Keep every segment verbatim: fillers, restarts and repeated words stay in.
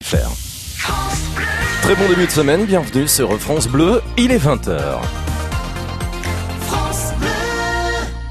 F R. Très bon début de semaine, bienvenue sur France Bleu, il est vingt heures. France Bleu. Quoi ?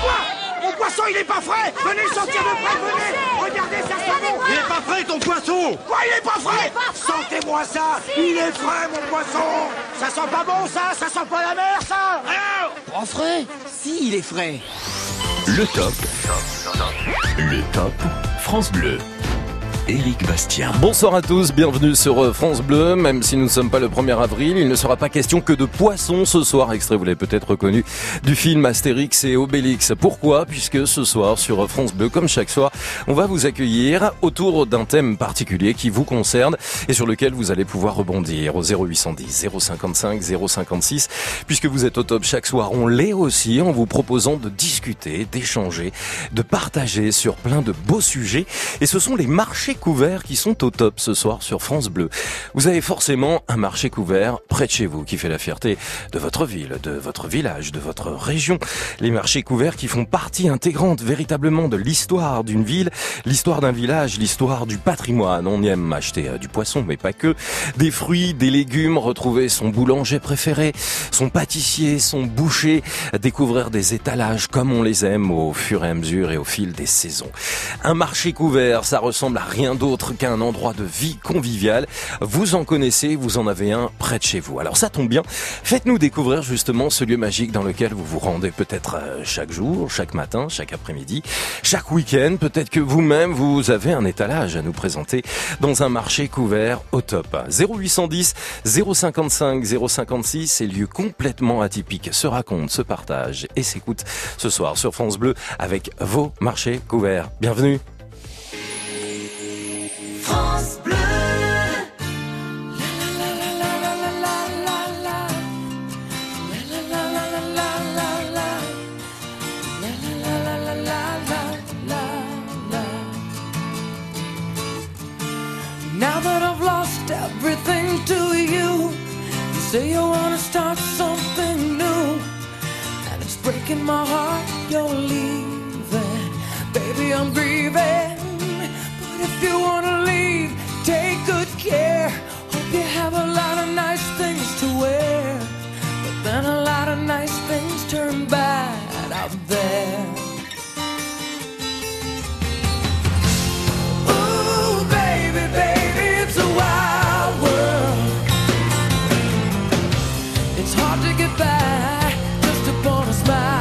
Mon poisson il est pas frais. Venez le sortir de près, venez. Regardez, ça sent bon. Il est pas frais ton poisson. Quoi, il est pas frais? Sentez-moi ça. Il est frais mon poisson. Ça sent pas bon ça. Ça sent pas la mer ça. Ah, Pas frais? Si, il est frais. Le top. Le top France Bleu. Éric Bastien. Bonsoir à tous, bienvenue sur France Bleu. Même si nous ne sommes pas le premier avril, il ne sera pas question que de poissons ce soir. Extrait, vous l'avez peut-être reconnu, du film Astérix et Obélix. Pourquoi ? Puisque ce soir, sur France Bleu, comme chaque soir, on va vous accueillir autour d'un thème particulier qui vous concerne et sur lequel vous allez pouvoir rebondir au zéro huit cent dix, zéro cinquante-cinq, zéro cinquante-six. Puisque vous êtes au top chaque soir, on l'est aussi en vous proposant de discuter, d'échanger, de partager sur plein de beaux sujets. Et ce sont les marchés couverts qui sont au top ce soir sur France Bleu. Vous avez forcément un marché couvert près de chez vous qui fait la fierté de votre ville, de votre village, de votre région. Les marchés couverts qui font partie intégrante véritablement de l'histoire d'une ville, l'histoire d'un village, l'histoire du patrimoine. On y aime acheter du poisson, mais pas que. Des fruits, des légumes, retrouver son boulanger préféré, son pâtissier, son boucher, découvrir des étalages comme on les aime au fur et à mesure et au fil des saisons. Un marché couvert, ça ressemble à rien d'autre qu'un endroit de vie convivial. Vous en connaissez, vous en avez un près de chez vous. Alors ça tombe bien, faites-nous découvrir justement ce lieu magique dans lequel vous vous rendez peut-être chaque jour, chaque matin, chaque après-midi, chaque week-end. Peut-être que vous-même, vous avez un étalage à nous présenter dans un marché couvert au top. zéro huit cent dix, zéro cinquante-cinq, zéro cinquante-six, ces lieux complètement atypiques se racontent, se partagent et s'écoutent ce soir sur France Bleu avec vos marchés couverts. Bienvenue. France Bleu. Now that I've lost everything to you, you say you wanna start something new, and it's breaking my heart you're leaving. Baby, I'm grieving. If you wanna leave, take good care. Hope you have a lot of nice things to wear, but then a lot of nice things turn bad out there. Ooh, baby, baby, it's a wild world. It's hard to get by just upon a smile.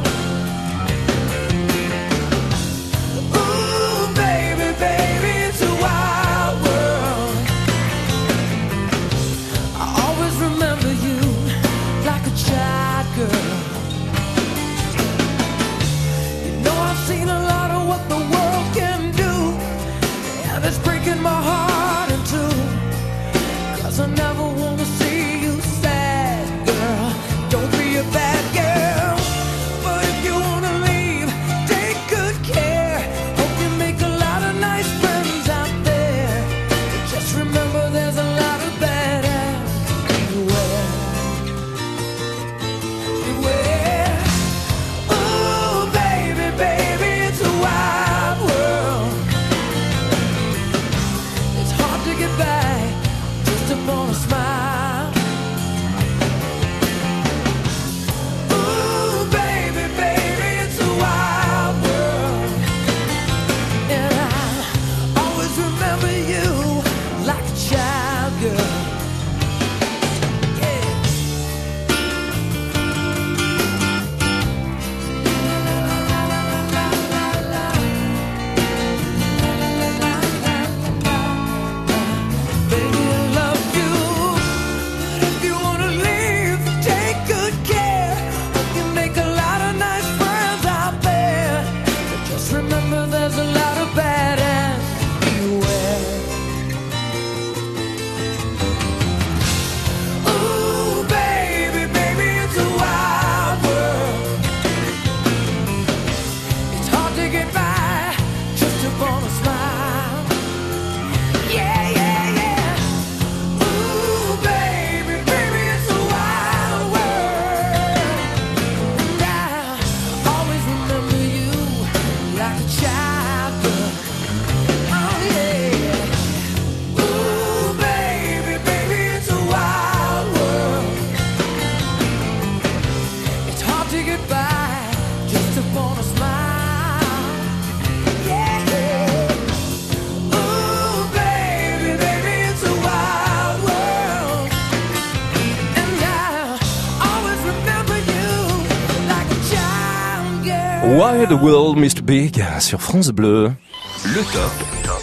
My heart in two, 'cause I never wanna see you sad, girl. Don't be a bad girl. But if you wanna leave, take good care. Hope you make a lot of nice friends out there. But just remember there's a lot of bad apples everywhere. Beware. Ooh, baby, baby, it's a wild world. To get back just upon a smile. Ooh, baby, baby, it's a wild world, and I'll always remember you like a child, girl. Baby, I love you. Why the World Missed Big sur France Bleu. Le top.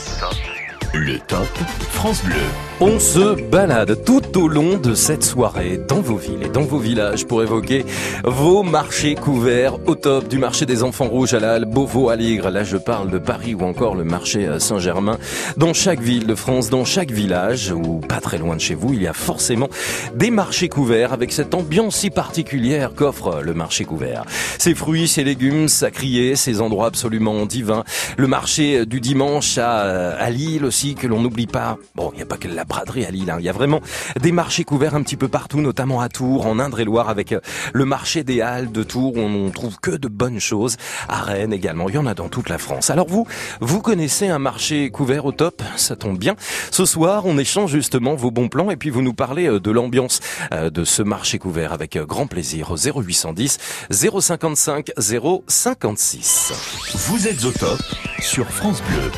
Le top France Bleu. On se balade tout au long de cette soirée dans vos villes et dans vos villages pour évoquer vos marchés couverts au top du marché des enfants rouges à la Halle Beauvau à Ligre. Là, je parle de Paris ou encore le marché Saint-Germain. Dans chaque ville de France, dans chaque village ou pas très loin de chez vous, il y a forcément des marchés couverts avec cette ambiance si particulière qu'offre le marché couvert. Ses fruits, ses légumes, sa criée, ses endroits absolument divins. Le marché du dimanche à, à Lille aussi que l'on n'oublie pas. Bon, il n'y a pas que la braderie à Lille, hein. Il y a vraiment des marchés couverts un petit peu partout, notamment à Tours, en Indre-et-Loire, avec le marché des Halles de Tours, où on trouve que de bonnes choses. À Rennes également, il y en a dans toute la France. Alors vous, vous connaissez un marché couvert au top? Ça tombe bien. Ce soir, on échange justement vos bons plans et puis vous nous parlez de l'ambiance de ce marché couvert avec grand plaisir au zéro huit cent dix zéro cinquante-cinq zéro cinquante-six. Vous êtes au top sur France Bleu.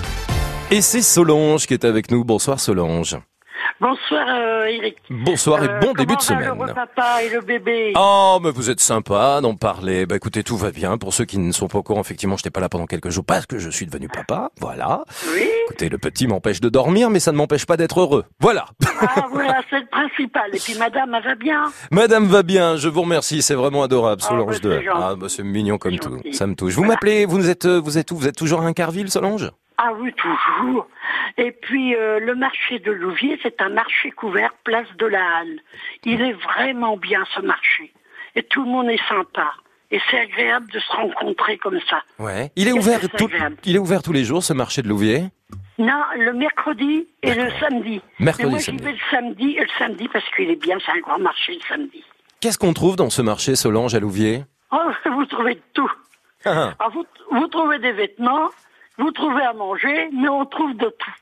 Et c'est Solange qui est avec nous. Bonsoir Solange. Bonsoir euh, Eric. Bonsoir et Euh, bon début de comment va semaine. le papa et le bébé? Oh, mais vous êtes sympa d'en parler. Bah écoutez, tout va bien. Pour ceux qui ne sont pas au courant, effectivement, j'étais pas là pendant quelques jours parce que je suis devenu papa. Voilà. Oui. Écoutez, le petit m'empêche de dormir, mais ça ne m'empêche pas d'être heureux. Voilà. Ah voilà, c'est le principal. Et puis madame, elle va bien? Madame va bien, je vous remercie. C'est vraiment adorable, Oh, Solange bah, deux. c'est gentil. Ah, bah c'est mignon comme C'est tout. gentil. Ça me touche. Vous Voilà. m'appelez, vous êtes, vous êtes où? Vous êtes toujours à Incarville, Solange? Ah oui, toujours. Et puis euh, le marché de Louviers, c'est un marché couvert, place de la Halle. Il est vraiment bien ce marché. Et tout le monde est sympa. Et c'est agréable de se rencontrer comme ça. Ouais. Il est Qu'est-ce ouvert que c'est tout, agréable. il est ouvert tous les jours, ce marché de Louviers? Non, le mercredi et le samedi. Mercredi, Mais moi, j'y samedi. vais le samedi et le samedi parce qu'il est bien, c'est un grand marché le samedi. Qu'est-ce qu'on trouve dans ce marché, Solange, à Louviers? Oh, vous trouvez de tout. Ah, Ah, vous, vous trouvez des vêtements, vous trouvez à manger, mais on trouve de tout.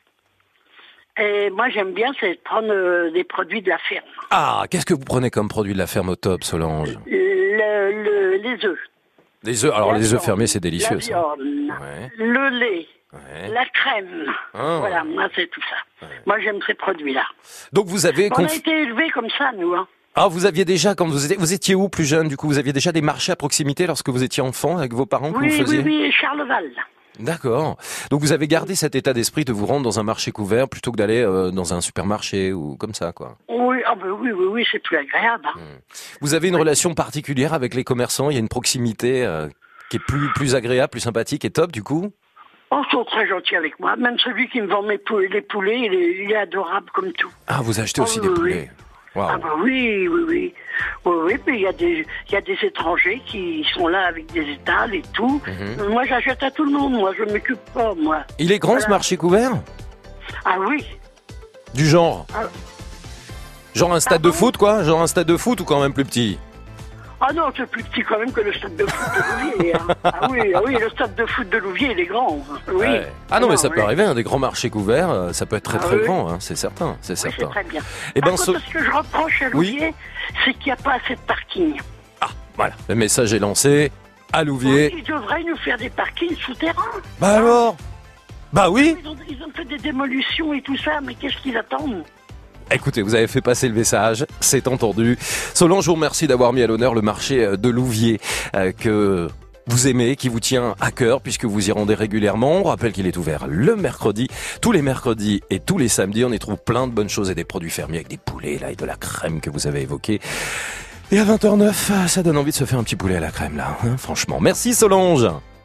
Et moi, j'aime bien, c'est prendre euh, des produits de la ferme. ah, qu'est-ce que vous prenez comme produit de la ferme au top, Solange? Le, le- les œufs. Les œufs, alors La les œufs viande, fermés, c'est délicieux, La ça. viande, Ouais. le lait, Ouais. la crème. Ah. Voilà, moi, c'est tout ça. Moi, j'aime ces produits-là. Donc vous avez... On a conf- été élevés comme ça, nous. Hein. Ah, vous aviez déjà, quand vous étiez, vous étiez où plus jeune, du coup, vous aviez déjà des marchés à proximité lorsque vous étiez enfant avec vos parents que Oui, vous oui, faisiez? oui, Charleval. D'accord. Donc vous avez gardé cet état d'esprit de vous rendre dans un marché couvert plutôt que d'aller euh, dans un supermarché ou comme ça, quoi. Oui, ah ben oui, oui, oui, c'est plus agréable. Hein. Vous avez une relation particulière avec les commerçants? Il y a une proximité euh, qui est plus plus agréable, plus sympathique et top, du coup? Oh, ils sont très gentils avec moi. Même celui qui me vend mes poulets, les poulets, il est, il est adorable comme tout. Ah, vous achetez Oh, aussi oui, des oui. poulets. Waouh. Ah bah oui, oui, oui. Oui, oui, puis il y a des, il y a des étrangers qui sont là avec des étals et tout. Mhm. Moi, j'achète à tout le monde, moi, je m'occupe pas, moi. Il est grand, ce Voilà. marché couvert? Ah oui. Du genre? Ah. Genre un stade de Pardon? foot, quoi? Genre un stade de foot ou quand même plus petit? Ah non, c'est plus petit quand même que le stade de foot de Louviers. Hein. Ah oui, ah oui, le stade de foot de Louviers, il est grand. Oui. Ouais. Ah non, mais ça peut oui. arriver, hein, des grands marchés couverts, euh, ça peut être très Ah très oui. grand, hein, c'est certain, c'est Oui, c'est certain. très bien. Eh Par ben, contre, ce- ce que je reproche à Oui. Louviers, c'est qu'il n'y a pas assez de parking. Ah, voilà, le message est lancé. À Louviers. Ils devraient nous faire des parkings souterrains. Bah alors? Bah oui. Ils ont, ils ont fait des démolitions et tout ça, mais qu'est-ce qu'ils attendent? Écoutez, vous avez fait passer le message, c'est entendu. Solange, je vous remercie d'avoir mis à l'honneur le marché de Louviers euh, que vous aimez, qui vous tient à cœur puisque vous y rendez régulièrement. On rappelle qu'il est ouvert le mercredi, tous les mercredis et tous les samedis. On y trouve plein de bonnes choses et des produits fermiers avec des poulets là et de la crème que vous avez évoquée. Et à vingt heures neuf, ça donne envie de se faire un petit poulet à la crème là, hein, franchement. Merci Solange.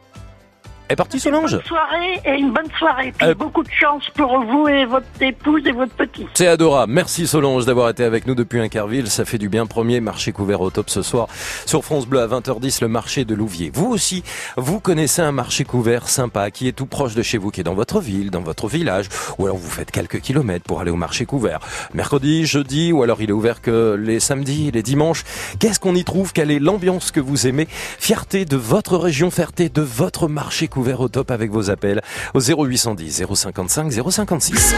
Est parti Solange? Bonne soirée et une bonne soirée. Puis Euh, beaucoup de chance pour vous et votre épouse et votre petit. C'est adorable. Merci Solange d'avoir été avec nous depuis Incarville. Ça fait du bien. Premier marché couvert au top ce soir sur France Bleu à vingt heures dix, le marché de Louviers. Vous aussi, vous connaissez un marché couvert sympa qui est tout proche de chez vous, qui est dans votre ville, dans votre village, ou alors vous faites quelques kilomètres pour aller au marché couvert. Mercredi, jeudi, ou alors il est ouvert que les samedis, les dimanches. Qu'est-ce qu'on y trouve? Quelle est l'ambiance que vous aimez? Fierté de votre région, fierté de votre marché couvert au top avec vos appels au zéro huit cent dix zéro cinquante-cinq zéro cinquante-six.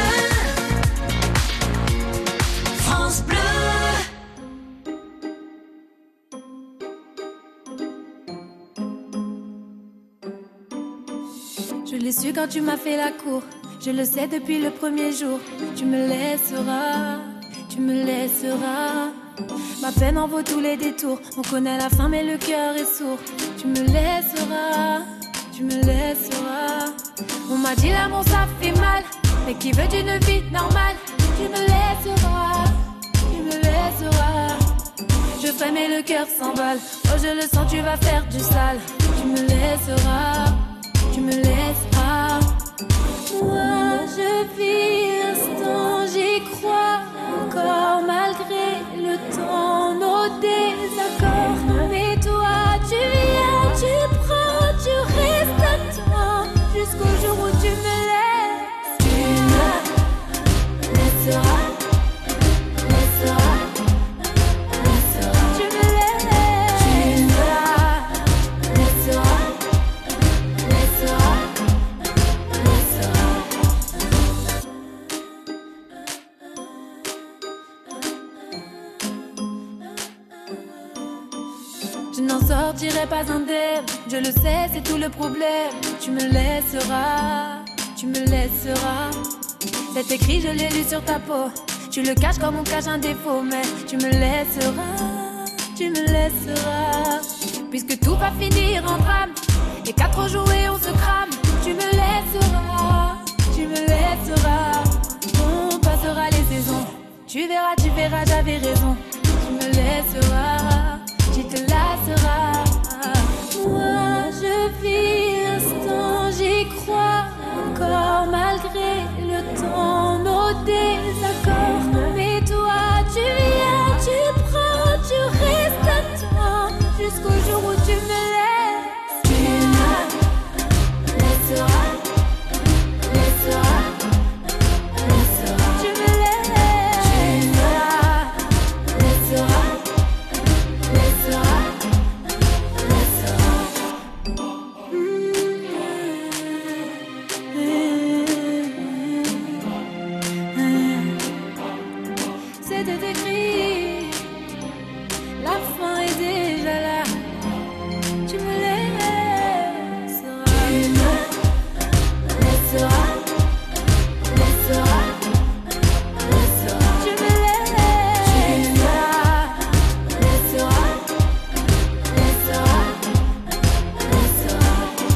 France Bleu. Je l'ai su quand tu m'as fait la cour. Je le sais depuis le premier jour. Tu me laisseras. Tu tu me laisseras. Ma peine en vaut tous les détours. On connaît la fin mais le cœur est sourd. Tu me laisseras, tu me laisseras. On m'a dit l'amour ça fait mal, mais qui veut d'une vie normale? Tu me laisseras, tu me laisseras. Je ferai mais le cœur s'emballe. Oh je le sens, tu vas faire du sale. Tu me laisseras, tu me laisseras. Moi je vis l'instant, j'y crois encore malgré le temps, nos désaccords. Mais toi tu viens, tu prends, tu restes à toi jusqu'au jour où tu me laisses. Tu me laisseras, laisseras, laisseras. Tu me laisses, tu me laisseras, laisseras, laisseras. Je n'en sortirai pas indemne, je le sais, c'est tout le problème. Tu me laisseras, tu me laisseras. C'est écrit, je l'ai lu sur ta peau. Tu le caches comme on cache un défaut, mais tu me laisseras, tu me laisseras. Puisque tout va finir en drame, et qu'à trop jouer on se crame. Tu me laisseras, tu me laisseras. On passera les saisons. Tu verras, tu verras, j'avais raison. Tu me laisseras, tu te lasseras. Moi je vis l'instant, j'y crois encore malgré le temps, nos désaccords. Mais toi tu viens, tu prends, tu restes à toi jusqu'au jour où tu me laisses. Tu me laisseras, laisseras, laisseras. Tu me laisses, tu me laisseras, laisseras, laisseras. C'était écrit, la fin est déjà là. Tu me laisseras, tu me laisseras, laisseras, laisseras. Tu me laisses, tu me laisseras, laisseras, laisseras.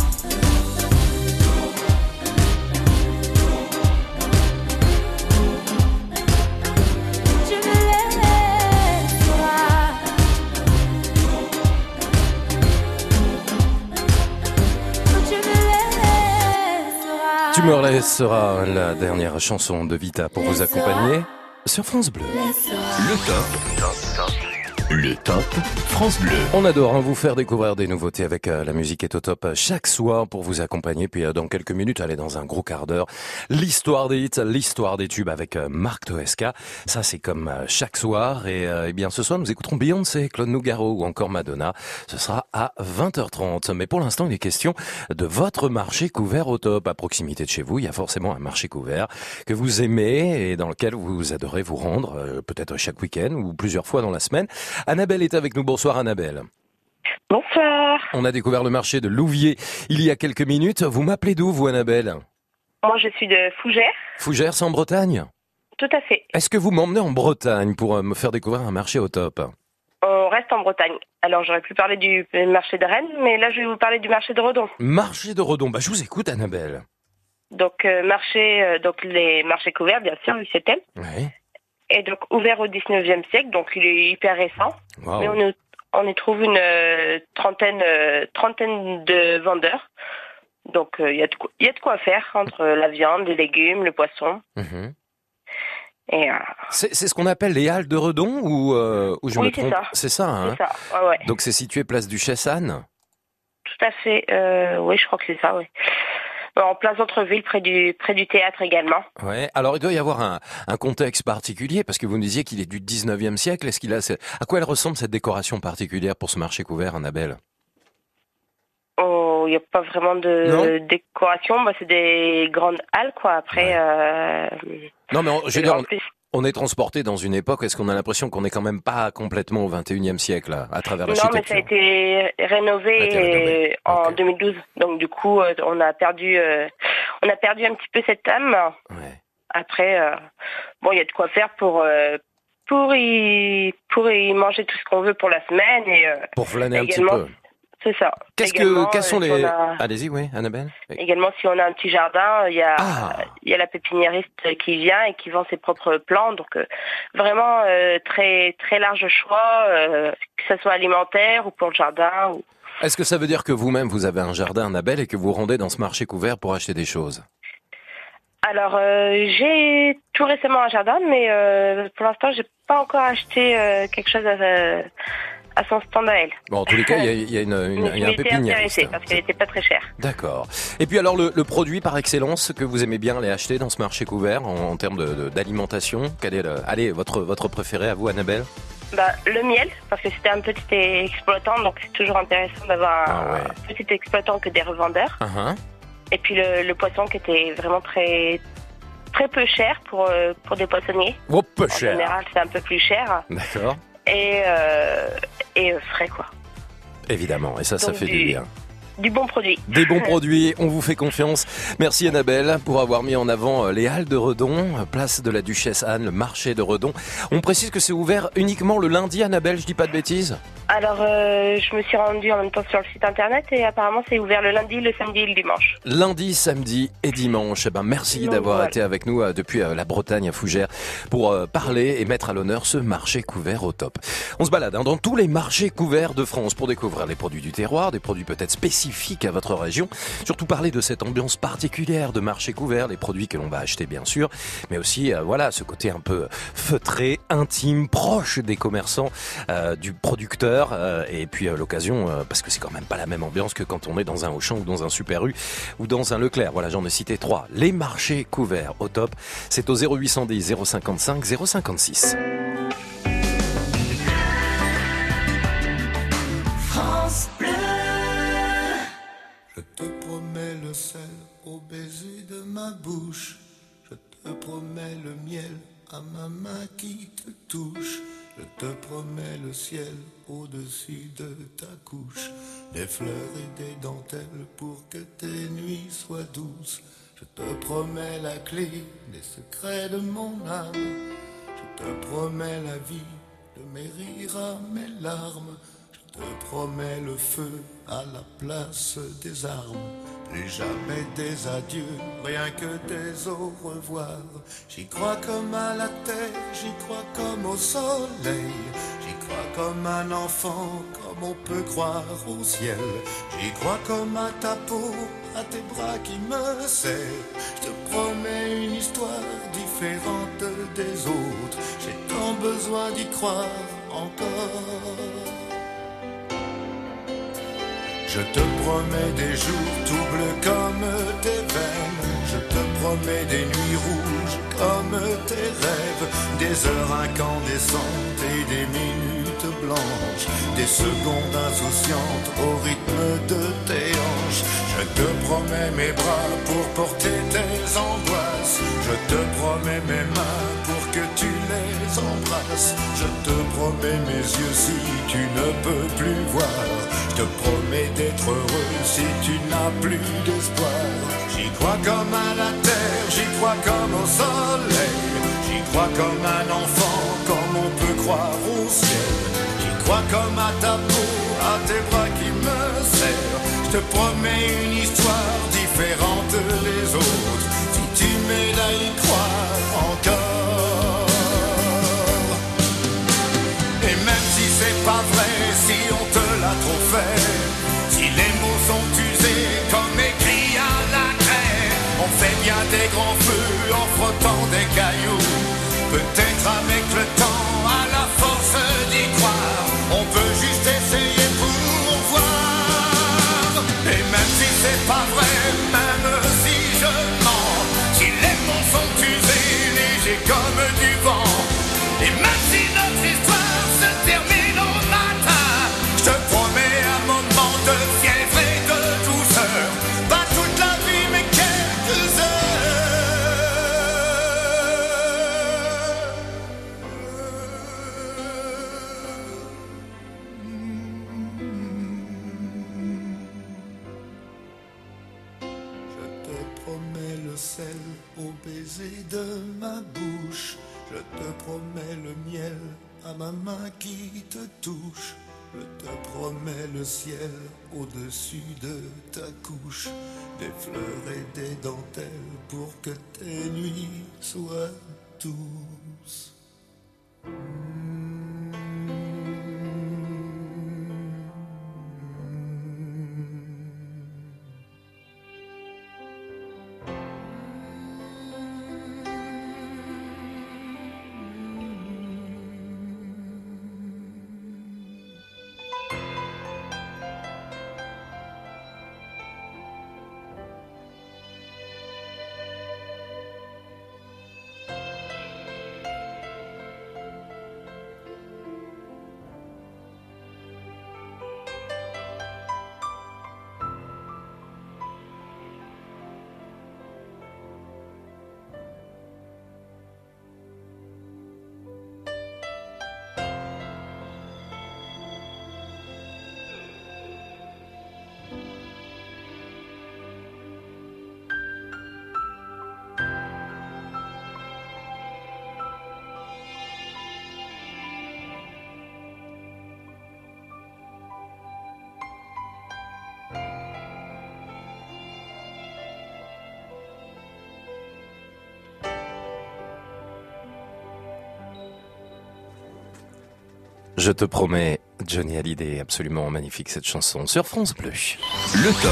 Tu me laisseras. Tu me laisseras. Tu me laisseras, la dernière chanson de Vita pour vous accompagner sur France Bleu. Le top. Top, top. Le top France Bleu. On adore hein, vous faire découvrir des nouveautés avec euh, la musique est au top euh, chaque soir pour vous accompagner. Puis euh, dans quelques minutes, allez dans un gros quart d'heure, l'histoire des hits, l'histoire des tubes avec euh, Marc Toesca. Ça c'est comme euh, chaque soir. Et, euh, eh bien ce soir, nous écouterons Beyoncé, Claude Nougaro ou encore Madonna. Ce sera à vingt heures trente. Mais pour l'instant, il est question de votre marché couvert au top. À proximité de chez vous, il y a forcément un marché couvert que vous aimez et dans lequel vous adorez vous rendre, euh, peut-être chaque week-end ou plusieurs fois dans la semaine. Annabelle est avec nous. Bonsoir Annabelle. Bonsoir. On a découvert le marché de Louviers il y a quelques minutes. Vous m'appelez d'où vous Annabelle? Moi je suis de Fougères. Fougères, c'est en Bretagne? Tout à fait. Est-ce que vous m'emmenez en Bretagne pour euh, me faire découvrir un marché au top? On reste en Bretagne. Alors j'aurais pu parler du marché de Rennes, mais là je vais vous parler du marché de Redon. Marché de Redon, bah je vous écoute Annabelle. Donc euh, marché, euh, donc les marchés couverts bien sûr, vu ce thème. Oui. Et donc ouvert au dix-neuvième siècle, donc il est hyper récent. Wow. Mais on y, on y trouve une euh, trentaine, euh, trentaine de vendeurs. Donc il euh, y a de quoi, y a de quoi faire entre la viande, les légumes, le poisson. Mmh. Et euh... c'est, c'est ce qu'on appelle les Halles de Redon ou, euh, ou je oui, me trompe? C'est ça. C'est ça, hein? C'est ça. Ouais, ouais. Donc c'est situé place Duchesse Anne? Tout à fait. Euh, oui, je crois que c'est ça, oui. En plein centre-ville, près du, près du théâtre également. Ouais. Alors, il doit y avoir un, un contexte particulier, parce que vous me disiez qu'il est du dix-neuvième siècle. Est-ce qu'il a, à quoi elle ressemble cette décoration particulière pour ce marché couvert, Annabelle? Oh, il n'y a pas vraiment de non décoration. Bah, c'est des grandes halles, quoi. Après, ouais. euh... Non, mais on, je veux dire, on, on est transporté dans une époque, est-ce qu'on a l'impression qu'on n'est quand même pas complètement au vingt et unième siècle, là, à travers l'architecture? Non, mais ça a été rénové, a été rénové. en okay. deux mille douze. Donc, du coup, on a perdu, euh, on a perdu un petit peu cette âme. Ouais. Après, euh, bon, il y a de quoi faire pour, euh, pour y, pour y manger tout ce qu'on veut pour la semaine. Et, euh, Pour flâner un petit également, peu. c'est ça. Qu'est-ce Également, que, quels sont euh, si les... on a- Allez-y, oui, Annabelle. Oui. Également, si on a un petit jardin, il y a, Ah. il y a la pépiniériste qui vient et qui vend ses propres plants. Donc, euh, vraiment, euh, très, très large choix, euh, que ce soit alimentaire ou pour le jardin. Ou... Est-ce que ça veut dire que vous-même, vous avez un jardin, Annabelle, et que vous rendez dans ce marché couvert pour acheter des choses? Alors, euh, j'ai tout récemment un jardin, mais euh, pour l'instant, j'ai pas encore acheté euh, quelque chose à, à son stand à elle. Bon, en tous les cas, il y a, il y a, une, une, Mais il y a je un m'étais pépiniériste. intéressée parce qu'elle n'était pas très chère. D'accord. Et puis alors, le, le produit par excellence que vous aimez bien aller acheter dans ce marché couvert en, en termes de, de, d'alimentation, quel est le, allez, votre, votre préféré à vous, Annabelle? Bah, le miel, parce que c'était un petit exploitant, donc c'est toujours intéressant d'avoir un, Ah ouais. un petit exploitant que des revendeurs. Uh-huh. Et puis le, le poisson qui était vraiment très très peu cher pour euh, pour des poissonniers. Oh, peu En cher. général, c'est un peu plus cher D'accord. et euh, et euh, frais quoi. Évidemment, et ça, ça Donc fait du- du bien. Du bon produit. Des bons produits, on vous fait confiance. Merci Annabelle pour avoir mis en avant euh, les Halles de Redon, euh, place de la Duchesse Anne, le marché de Redon. On précise que c'est ouvert uniquement le lundi, Annabelle, je dis pas de bêtises? Alors euh, je me suis rendue en même temps sur le site internet et apparemment c'est ouvert le lundi, le samedi et le dimanche. Lundi, samedi et dimanche. Eh ben, merci Donc, d'avoir voilà. été avec nous euh, depuis euh, la Bretagne à Fougères pour euh, parler et mettre à l'honneur ce marché couvert au top. On se balade hein, dans tous les marchés couverts de France pour découvrir les produits du terroir, des produits peut-être spécifiques à votre région. Surtout parler de cette ambiance particulière de marché couvert, les produits que l'on va acheter bien sûr, mais aussi euh, voilà ce côté un peu feutré, intime, proche des commerçants, euh, du producteur euh, et puis euh, l'occasion euh, parce que c'est quand même pas la même ambiance que quand on est dans un Auchan ou dans un Super U ou dans un Leclerc. Voilà, j'en ai cité trois. Les marchés couverts au top, c'est au zéro huit cent dix zéro cinquante-cinq zéro cinquante-six. France Bleu. Je te promets le sel au baiser de ma bouche. Je te promets le miel à ma main qui te touche. Je te promets le ciel au-dessus de ta couche. Des fleurs et des dentelles pour que tes nuits soient douces. Je te promets la clé des secrets de mon âme. Je te promets la vie de mes rires à mes larmes. Je te promets le feu à la place des armes. Plus jamais des adieux, rien que des au revoir. J'y crois comme à la terre, j'y crois comme au soleil. J'y crois comme un enfant, comme on peut croire au ciel. J'y crois comme à ta peau, à tes bras qui me serrent. Je te promets une histoire différente des autres. J'ai tant besoin d'y croire encore. Je te promets des jours tout bleus comme tes veines. Je te promets des nuits rouges comme tes rêves. Des heures incandescentes et des minutes blanches. Des secondes insouciantes au rythme de tes hanches. Je te promets mes bras pour porter tes angoisses. Je te promets mes mains pour que tu les embrasses. Je te promets mes yeux si tu ne peux plus voir. Je te promets d'être heureux si tu n'as plus d'espoir. J'y crois comme à la terre, j'y crois comme au soleil. J'y crois comme un enfant, comme on peut croire au ciel. J'y crois comme à ta peau, à tes bras qui me serrent. Je te promets une histoire différente des autres. Si tu m'aides à y croire encore. Et même si c'est pas vrai, si on te l'a trop fait, si les mots sont usés comme écrits à la craie, on fait bien des grands feux en frottant des cailloux. Peut-être avec le temps, à la force d'y croire, on peut juste essayer pour voir. Et même si c'est pas vrai, même si je mens, si les mots sont usés, légers comme du vent, et même si notre histoire se termine au matin, je te promets un moment de fièvre et de douceur. Pas toute la vie mais quelques heures. Je te promets le sel au baiser de ma bouche. Je te promets le miel à ma main qui te touche. Je te promets le ciel au-dessus de ta couche. Des fleurs et des dentelles pour que tes nuits soient douces. Je te promets, Johnny Hallyday, absolument magnifique cette chanson sur France Bleu. Le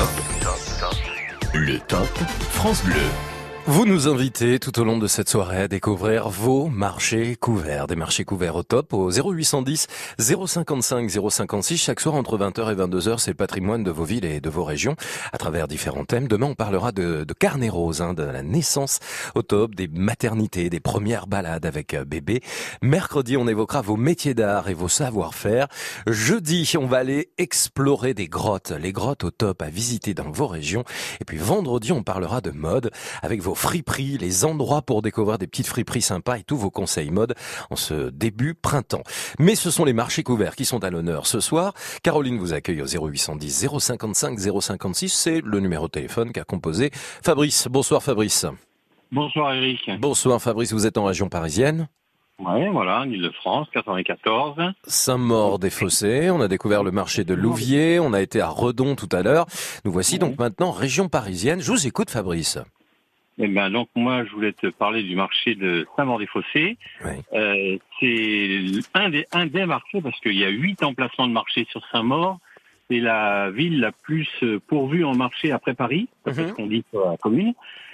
top. Le top France Bleu. Vous nous invitez tout au long de cette soirée à découvrir vos marchés couverts. Des marchés couverts au top au zéro huit cent dix zéro cinquante-cinq zéro cinquante-six. Chaque soir entre vingt heures et vingt-deux heures, c'est le patrimoine de vos villes et de vos régions à travers différents thèmes. Demain, on parlera de, de carnet rose, hein, de la naissance au top, des maternités, des premières balades avec bébé. Mercredi, on évoquera vos métiers d'art et vos savoir-faire. Jeudi, on va aller explorer des grottes, les grottes au top à visiter dans vos régions. Et puis vendredi, on parlera de mode avec vos friperies, les endroits pour découvrir des petites friperies sympas et tous vos conseils mode en ce début printemps. Mais ce sont les marchés couverts qui sont à l'honneur ce soir. Caroline vous accueille au zéro huit cent dix zéro cinquante-cinq zéro cinquante-six. C'est le numéro de téléphone qu'a composé Fabrice. Bonsoir Fabrice. Bonsoir Eric. Bonsoir Fabrice, vous êtes en région parisienne? Ouais, voilà, en Ile-de-France, quatre-vingt-quatorze. Saint-Maur-des-Fossés, on a découvert le marché de Louviers, on a été à Redon tout à l'heure. Nous voici ouais. donc maintenant région parisienne. Je vous écoute Fabrice. Eh ben donc moi je voulais te parler du marché de Saint-Maur-des-Fossés. Oui. Euh, c'est un des un des marchés parce qu'il y a huit emplacements de marché sur Saint-Maur. C'est la ville la plus pourvue en marché après Paris, c'est mm-hmm. ce qu'on dit sur la commune.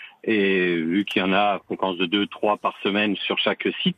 Et vu qu'il y en a à fréquence de deux, trois par semaine sur chaque site.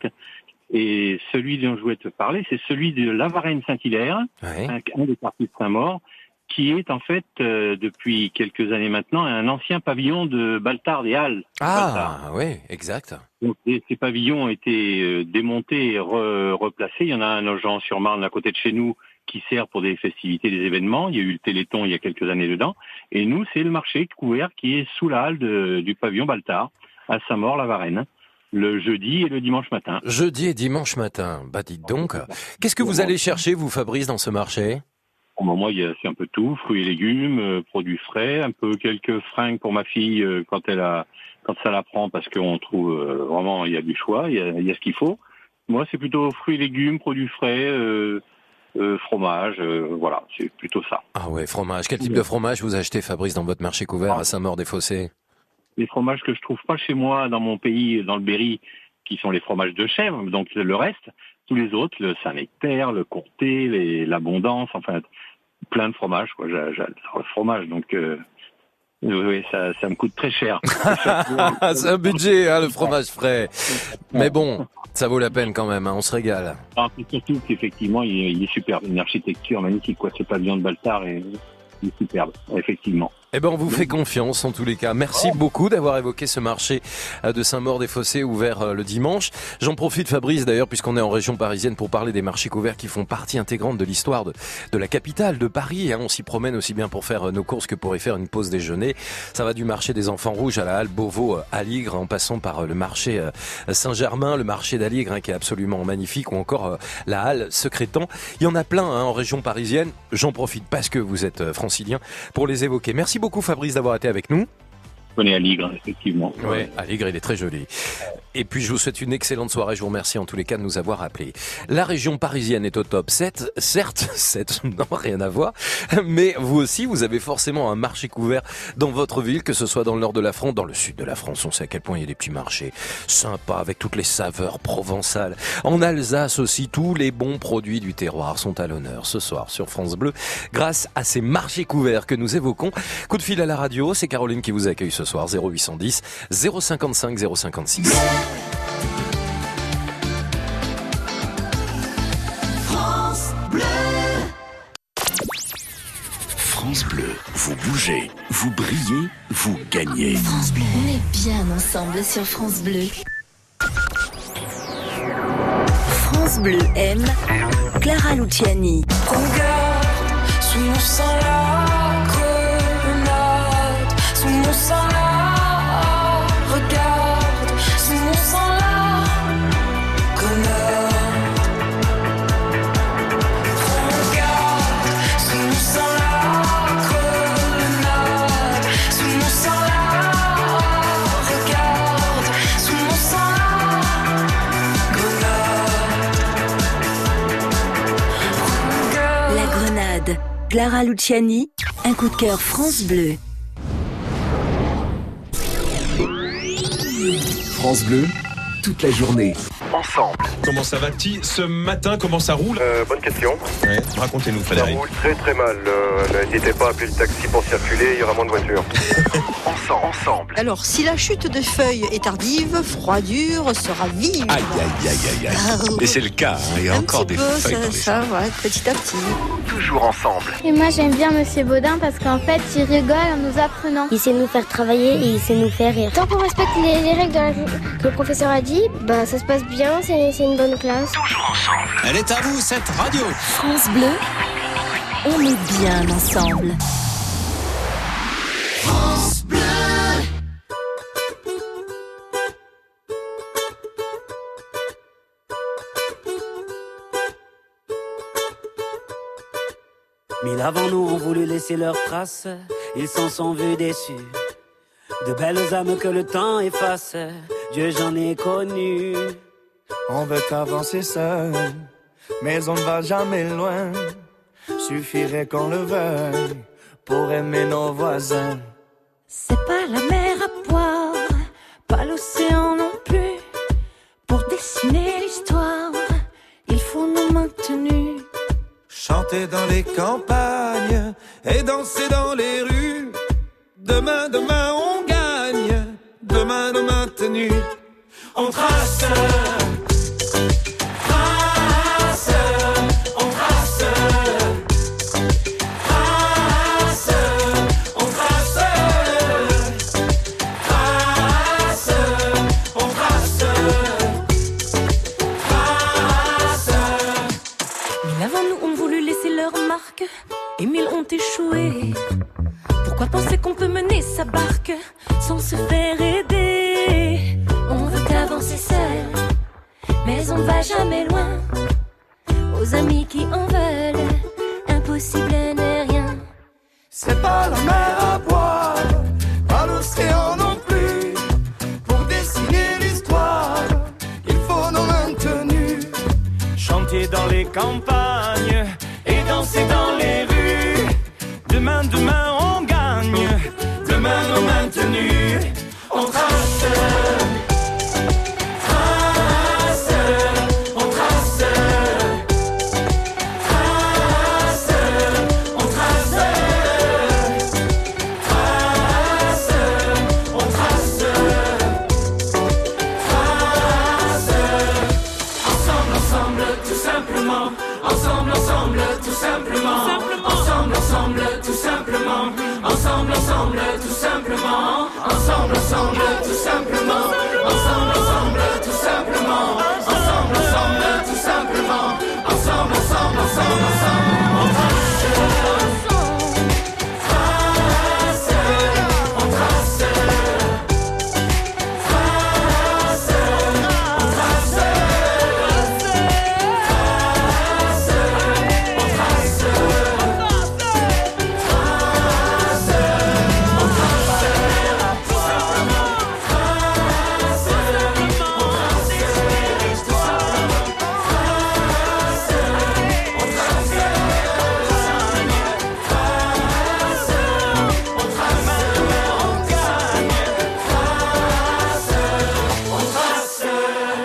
Et celui dont je voulais te parler, c'est celui de La Varenne-Saint-Hilaire, oui. un, un des quartiers de Saint-Maur, qui est en fait, euh, depuis quelques années maintenant, un ancien pavillon de Baltard des Halles. Ah, Baltard. Oui, exact. Donc, et, ces pavillons ont été euh, démontés et re, replacés. Il y en a un à Nogent-sur-Marne, à côté de chez nous, qui sert pour des festivités, des événements. Il y a eu le Téléthon il y a quelques années dedans. Et nous, c'est le marché couvert qui est sous la halle de, du pavillon Baltard, à Saint-Maur-la-Varenne, le jeudi et le dimanche matin. Jeudi et dimanche matin. Bah, dites donc. Qu'est-ce que vous allez chercher, vous, Fabrice, dans ce marché? Au moment, il y a, c'est un peu tout, fruits et légumes, euh, produits frais, un peu quelques fringues pour ma fille euh, quand elle a, quand ça la prend, parce qu'on trouve euh, vraiment, il y a du choix, il y a, il y a ce qu'il faut. Moi, c'est plutôt fruits et légumes, produits frais, euh, euh, fromage, euh, voilà, c'est plutôt ça. Ah ouais, fromage. Quel type de fromage vous achetez, Fabrice, dans votre marché couvert ah. à Saint-Maur-des-Fossés? Les fromages que je trouve pas chez moi, dans mon pays, dans le Berry, qui sont les fromages de chèvre, donc le reste, tous les autres, le Saint-Nectaire, le Comté, les, l'Abondance, enfin, plein de fromages, quoi. J'adore le fromage, donc euh, oui, ça, ça me coûte très cher. C'est un budget, hein, le fromage frais. Mais bon, ça vaut la peine quand même, hein, on se régale. Alors, surtout qu'effectivement, il, il est superbe, une architecture magnifique, quoi. Ce pavillon de Baltard est, est superbe, effectivement. Eh ben, on vous fait confiance en tous les cas. Merci beaucoup d'avoir évoqué ce marché de Saint-Maur-des-Fossés ouvert le dimanche. J'en profite, Fabrice, d'ailleurs, puisqu'on est en région parisienne, pour parler des marchés couverts qui font partie intégrante de l'histoire de, de la capitale, de Paris. On s'y promène aussi bien pour faire nos courses que pour y faire une pause déjeuner. Ça va du marché des Enfants Rouges à la halle Beauvau à Aligre, en passant par le marché Saint-Germain, le marché d'Aligre, hein, qui est absolument magnifique, ou encore la halle Secrétan. Il y en a plein hein, en région parisienne. J'en profite parce que vous êtes francilien pour les évoquer. Merci beaucoup. Beaucoup Fabrice d'avoir été avec nous. connais Aligre, effectivement. Oui, Aligre, il est très joli. Et puis, je vous souhaite une excellente soirée. Je vous remercie en tous les cas de nous avoir appelés. La région parisienne est au top sept. Certes, sept, non, rien à voir. Mais vous aussi, vous avez forcément un marché couvert dans votre ville, que ce soit dans le nord de la France, dans le sud de la France. On sait à quel point il y a des petits marchés sympas avec toutes les saveurs provençales. En Alsace aussi, tous les bons produits du terroir sont à l'honneur ce soir sur France Bleu grâce à ces marchés couverts que nous évoquons. Coup de fil à la radio, c'est Caroline qui vous accueille ce soir. zéro huit cent dix, zéro cinquante-cinq, zéro cinquante-six. France Bleu. France Bleu, vous bougez, vous brillez, vous gagnez. France Bleu, on est bien ensemble sur France Bleu. France Bleu aime Clara Luciani. Regarde, sous mon sang la grenade, sous mon sang la, regarde, sous mon sang la grenade. Regarde, sous mon sang la grenade, sous mon sang la, regarde, sous mon sang la grenade. La Grenade. Clara Luciani, un coup de cœur France Bleu. France Bleu, toute la journée. Ensemble. Comment ça va, petit ce matin? Comment ça roule? euh, Bonne question. Ouais, racontez-nous, Frédéric. Ça roule très très mal. Euh, N'hésitez pas à appeler le taxi pour circuler, il y aura moins de voitures. Ensemble. Ensemble. Alors, si la chute de feuilles est tardive, froidure sera vive. Aïe, aïe, aïe, aïe, aïe. Ah, Et c'est le cas, hein, il y a un encore petit des peu, feuilles ça, dans les ça, ouais, petit à petit. Toujours ensemble. Et moi j'aime bien Monsieur Baudin parce qu'en fait il rigole en nous apprenant. Il sait nous faire travailler et il sait nous faire rire. Tant qu'on respecte les, les règles de la, que le professeur a dit, bah ça se passe bien, c'est, c'est une bonne classe. Toujours ensemble. Elle est à vous, cette radio. France Bleu, on est bien ensemble. France Bleu. Mille avant nous ont voulu laisser leurs traces, ils s'en sont vus déçus. De belles âmes que le temps efface, Dieu j'en ai connu. On veut avancer seul, mais on ne va jamais loin. Suffirait qu'on le veuille pour aimer nos voisins. C'est pas la mer à boire, pas l'océan non plus. Pour dessiner l'histoire, il faut nous maintenir. Chanter dans les campagnes et danser dans les rues. Demain, demain, on gagne. Demain, nos maintenus. On trace, trace, on trace, trace, on trace, trace, on trace, trace. Mille avant nous ont voulu laisser leur marque et mille ont échoué. Pourquoi penser qu'on peut mener sa barque sans se faire aider? On veut avancer seul, mais on ne va jamais loin. Aux amis qui en veulent, impossible n'est rien. C'est pas la mer à boire, pas l'océan non plus. Pour dessiner l'histoire, il faut nos maintenus. Chanter dans les campagnes et danser dans les rues. Demain, demain, on gagne. Demain, nos maintenus. On trace, trace, on trace, trace, on trace, trace, on trace, trace. Ensemble, ensemble, tout simplement. Ensemble, ensemble, tout simplement. Ensemble, ensemble, tout simplement. Ensemble, ensemble, tout simplement. Ensemble, ensemble, tout simplement. Ensemble, ensemble, tout simplement. Ensemble, ensemble, tout simplement. Ensemble, ensemble, ensemble, ensemble. On trace, trace, on trace, trace, on trace, trace, on trace.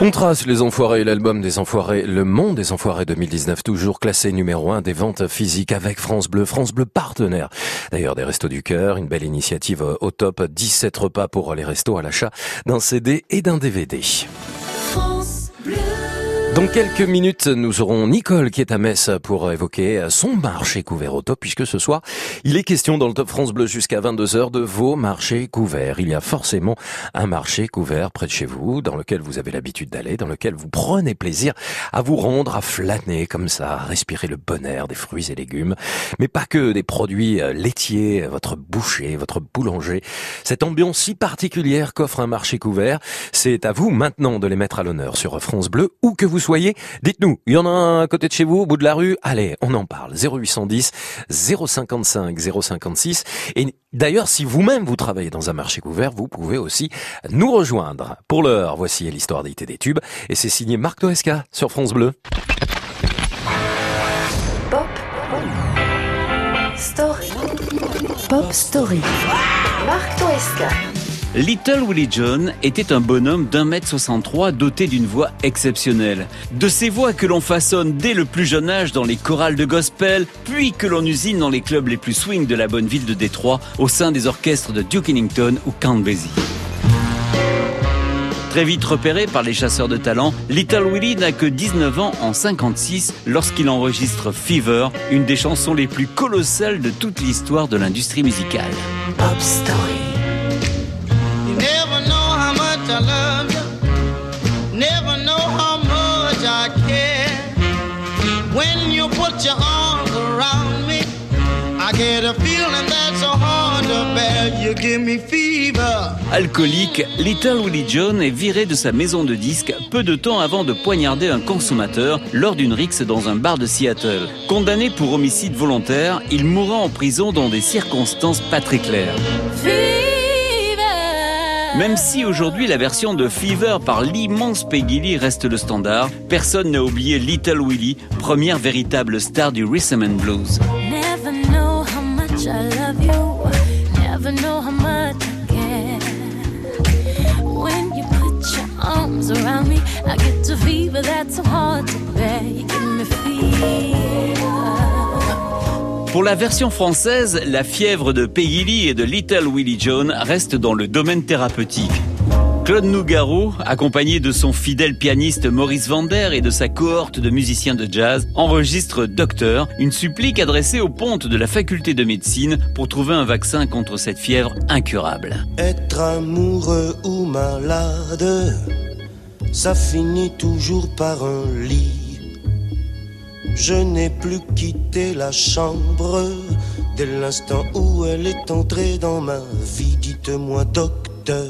On trace les Enfoirés, l'album des Enfoirés, Le Monde des Enfoirés deux mille dix-neuf, toujours classé numéro un des ventes physiques avec France Bleu. France Bleu partenaire d'ailleurs des Restos du Cœur, une belle initiative au top, dix-sept repas pour les restos à l'achat d'un C D et d'un D V D. France Bleu. Dans quelques minutes, nous aurons Nicole qui est à Metz pour évoquer son marché couvert au top, puisque ce soir, il est question dans le Top France Bleu jusqu'à vingt-deux heures de vos marchés couverts. Il y a forcément un marché couvert près de chez vous, dans lequel vous avez l'habitude d'aller, dans lequel vous prenez plaisir à vous rendre, à flâner comme ça, à respirer le bon air des fruits et légumes. Mais pas que des produits laitiers, votre boucher, votre boulanger. Cette ambiance si particulière qu'offre un marché couvert, c'est à vous maintenant de les mettre à l'honneur sur France Bleu, où que vous soyez. Dites-nous, il y en a un à côté de chez vous, au bout de la rue? Allez, on en parle. zéro huit cent dix, zéro cinquante-cinq, zéro cinquante-six. Et d'ailleurs, si vous-même vous travaillez dans un marché couvert, vous pouvez aussi nous rejoindre. Pour l'heure, voici l'histoire d'I T des tubes. Et c'est signé Marc Toesca sur France Bleu. Pop Story. Pop Story. Marc Toesca. Little Willie John était un bonhomme d'un mètre soixante-trois doté d'une voix exceptionnelle. De ces voix que l'on façonne dès le plus jeune âge dans les chorales de gospel, puis que l'on usine dans les clubs les plus swing de la bonne ville de Détroit, au sein des orchestres de Duke Ellington ou Count Basie. Très vite repéré par les chasseurs de talent, Little Willie n'a que dix-neuf ans en cinquante-six lorsqu'il enregistre Fever, une des chansons les plus colossales de toute l'histoire de l'industrie musicale. Pop Story. Never know how much I love you. Never know how much I care. When you put your arms around me, I get a feeling that's so hard to bear. You give me fever. Alcoolique, Little Willie John est viré de sa maison de disques peu de temps avant de poignarder un consommateur lors d'une rixe dans un bar de Seattle. Condamné pour homicide volontaire, il mourra en prison dans des circonstances pas très claires. Même si aujourd'hui la version de Fever par l'immense Peggy Lee reste le standard, personne n'a oublié Little Willie, première véritable star du rhythm and blues. Never know how much I love you. Never know how much I care. When you put your arms around me, I get a fever that's so hard to bear. You give me fever. Pour la version française, la fièvre de Peggy Lee et de Little Willie John reste dans le domaine thérapeutique. Claude Nougaro, accompagné de son fidèle pianiste Maurice Vander et de sa cohorte de musiciens de jazz, enregistre Docteur, une supplique adressée aux pontes de la faculté de médecine pour trouver un vaccin contre cette fièvre incurable. Être amoureux ou malade, ça finit toujours par un lit. Je n'ai plus quitté la chambre dès l'instant où elle est entrée dans ma vie. Dites-moi, docteur,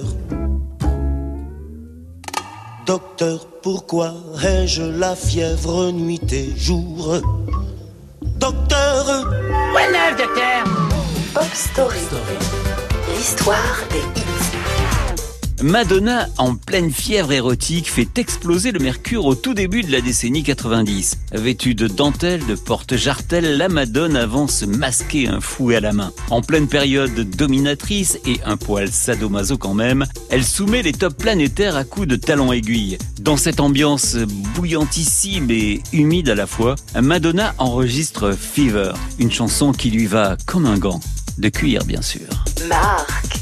docteur, pourquoi ai-je la fièvre nuit et jour? Docteur, Quoi de neuf, docteur? Pop Story. L'histoire des hits. Madonna, en pleine fièvre érotique, fait exploser le mercure au tout début de la décennie quatre-vingt-dix. Vêtue de dentelle, de porte-jartelle, la Madone avance masquée, un fouet à la main. En pleine période dominatrice et un poil sadomaso quand même, elle soumet les tops planétaires à coups de talons aiguilles. Dans cette ambiance bouillantissime et humide à la fois, Madonna enregistre Fever, une chanson qui lui va comme un gant. De cuir, bien sûr. Marc.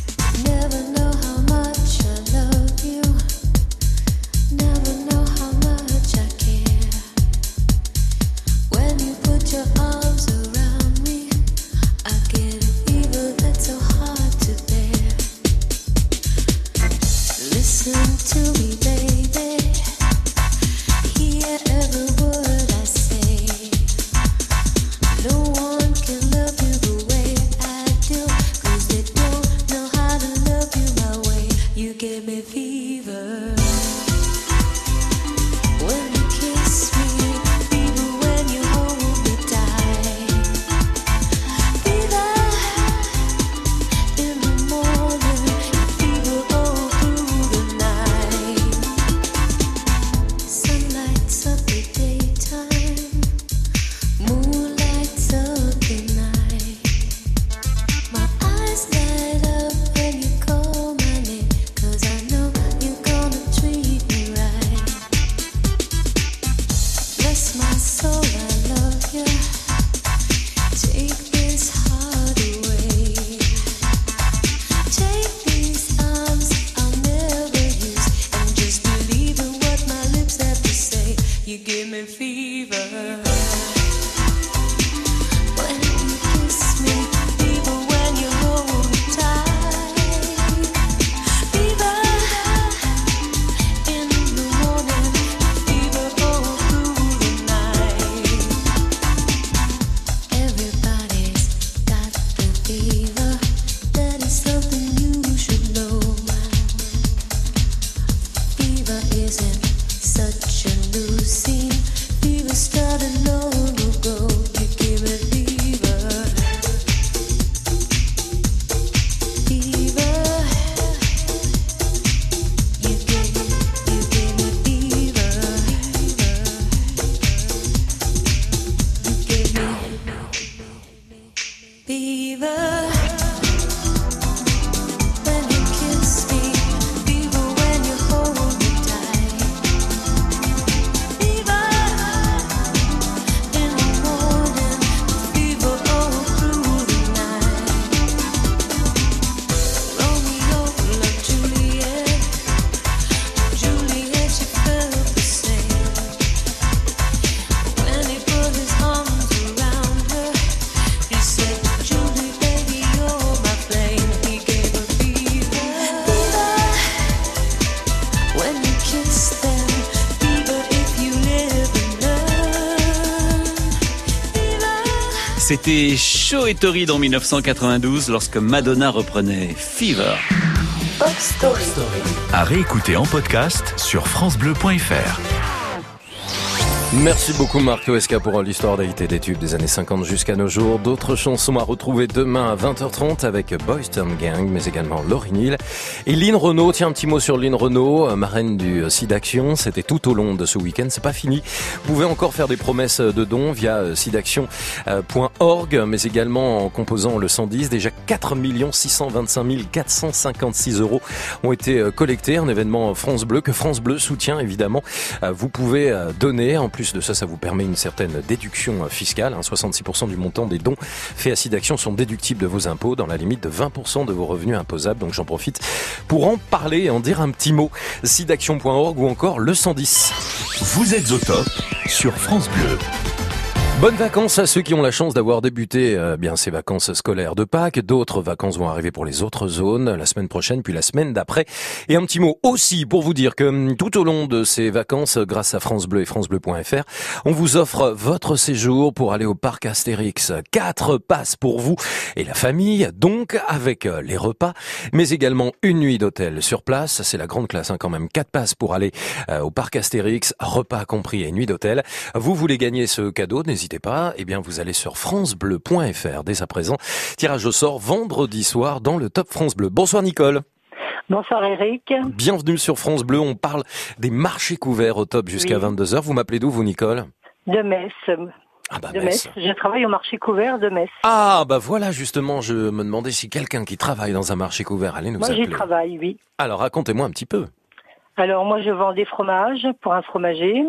No one can love you the way I do, 'cause they don't know how you give me fever. C'était chaud et torride en dix-neuf cent quatre-vingt-douze lorsque Madonna reprenait Fever. Pop Story. À réécouter en podcast sur francebleu point fr. Merci beaucoup Marc Toesca pour l'histoire d'Haïti des tubes des années cinquante jusqu'à nos jours. D'autres chansons à retrouver demain à vingt heures trente avec Boys Town Gang, mais également Lauryn Hill et Lynn Renaud. Tiens, un petit mot sur Lynn Renaud, marraine du SIDAction. C'était tout au long de ce week-end, c'est pas fini. Vous pouvez encore faire des promesses de dons via sidaction point org, mais également en composant le cent dix. Déjà quatre millions six cent vingt-cinq mille quatre cent cinquante-six euros ont été collectés. Un événement France Bleu que France Bleu soutient évidemment. Vous pouvez donner en plus. En plus de ça, ça vous permet une certaine déduction fiscale. soixante-six pour cent du montant des dons faits à SIDAction sont déductibles de vos impôts dans la limite de vingt pour cent de vos revenus imposables. Donc j'en profite pour en parler et en dire un petit mot. sidaction point org ou encore le cent dix. Vous êtes au top sur France Bleu. Bonnes vacances à ceux qui ont la chance d'avoir débuté euh, bien ces vacances scolaires de Pâques. D'autres vacances vont arriver pour les autres zones la semaine prochaine, puis la semaine d'après. Et un petit mot aussi pour vous dire que tout au long de ces vacances, grâce à France Bleu et francebleu point fr, on vous offre votre séjour pour aller au parc Astérix. Quatre passes pour vous et la famille, donc avec les repas, mais également une nuit d'hôtel sur place. C'est la grande classe hein, quand même. Quatre passes pour aller euh, au parc Astérix, repas compris et nuit d'hôtel. Vous voulez gagner ce cadeau, n'hésitez pas, eh bien vous allez sur francebleu point fr dès à présent. Tirage au sort vendredi soir dans le Top France Bleu. Bonsoir Nicole. Bonsoir Eric. Bienvenue sur France Bleu, on parle des marchés couverts au Top jusqu'à oui. vingt-deux heures. Vous m'appelez d'où vous Nicole ? De Metz. Ah bah de Metz. Metz. Je travaille au marché couvert de Metz. Ah bah voilà justement, je me demandais si quelqu'un qui travaille dans un marché couvert allait nous moi, appeler. Moi j'y travaille, oui. Alors racontez-moi un petit peu. Alors moi je vends des fromages pour un fromager.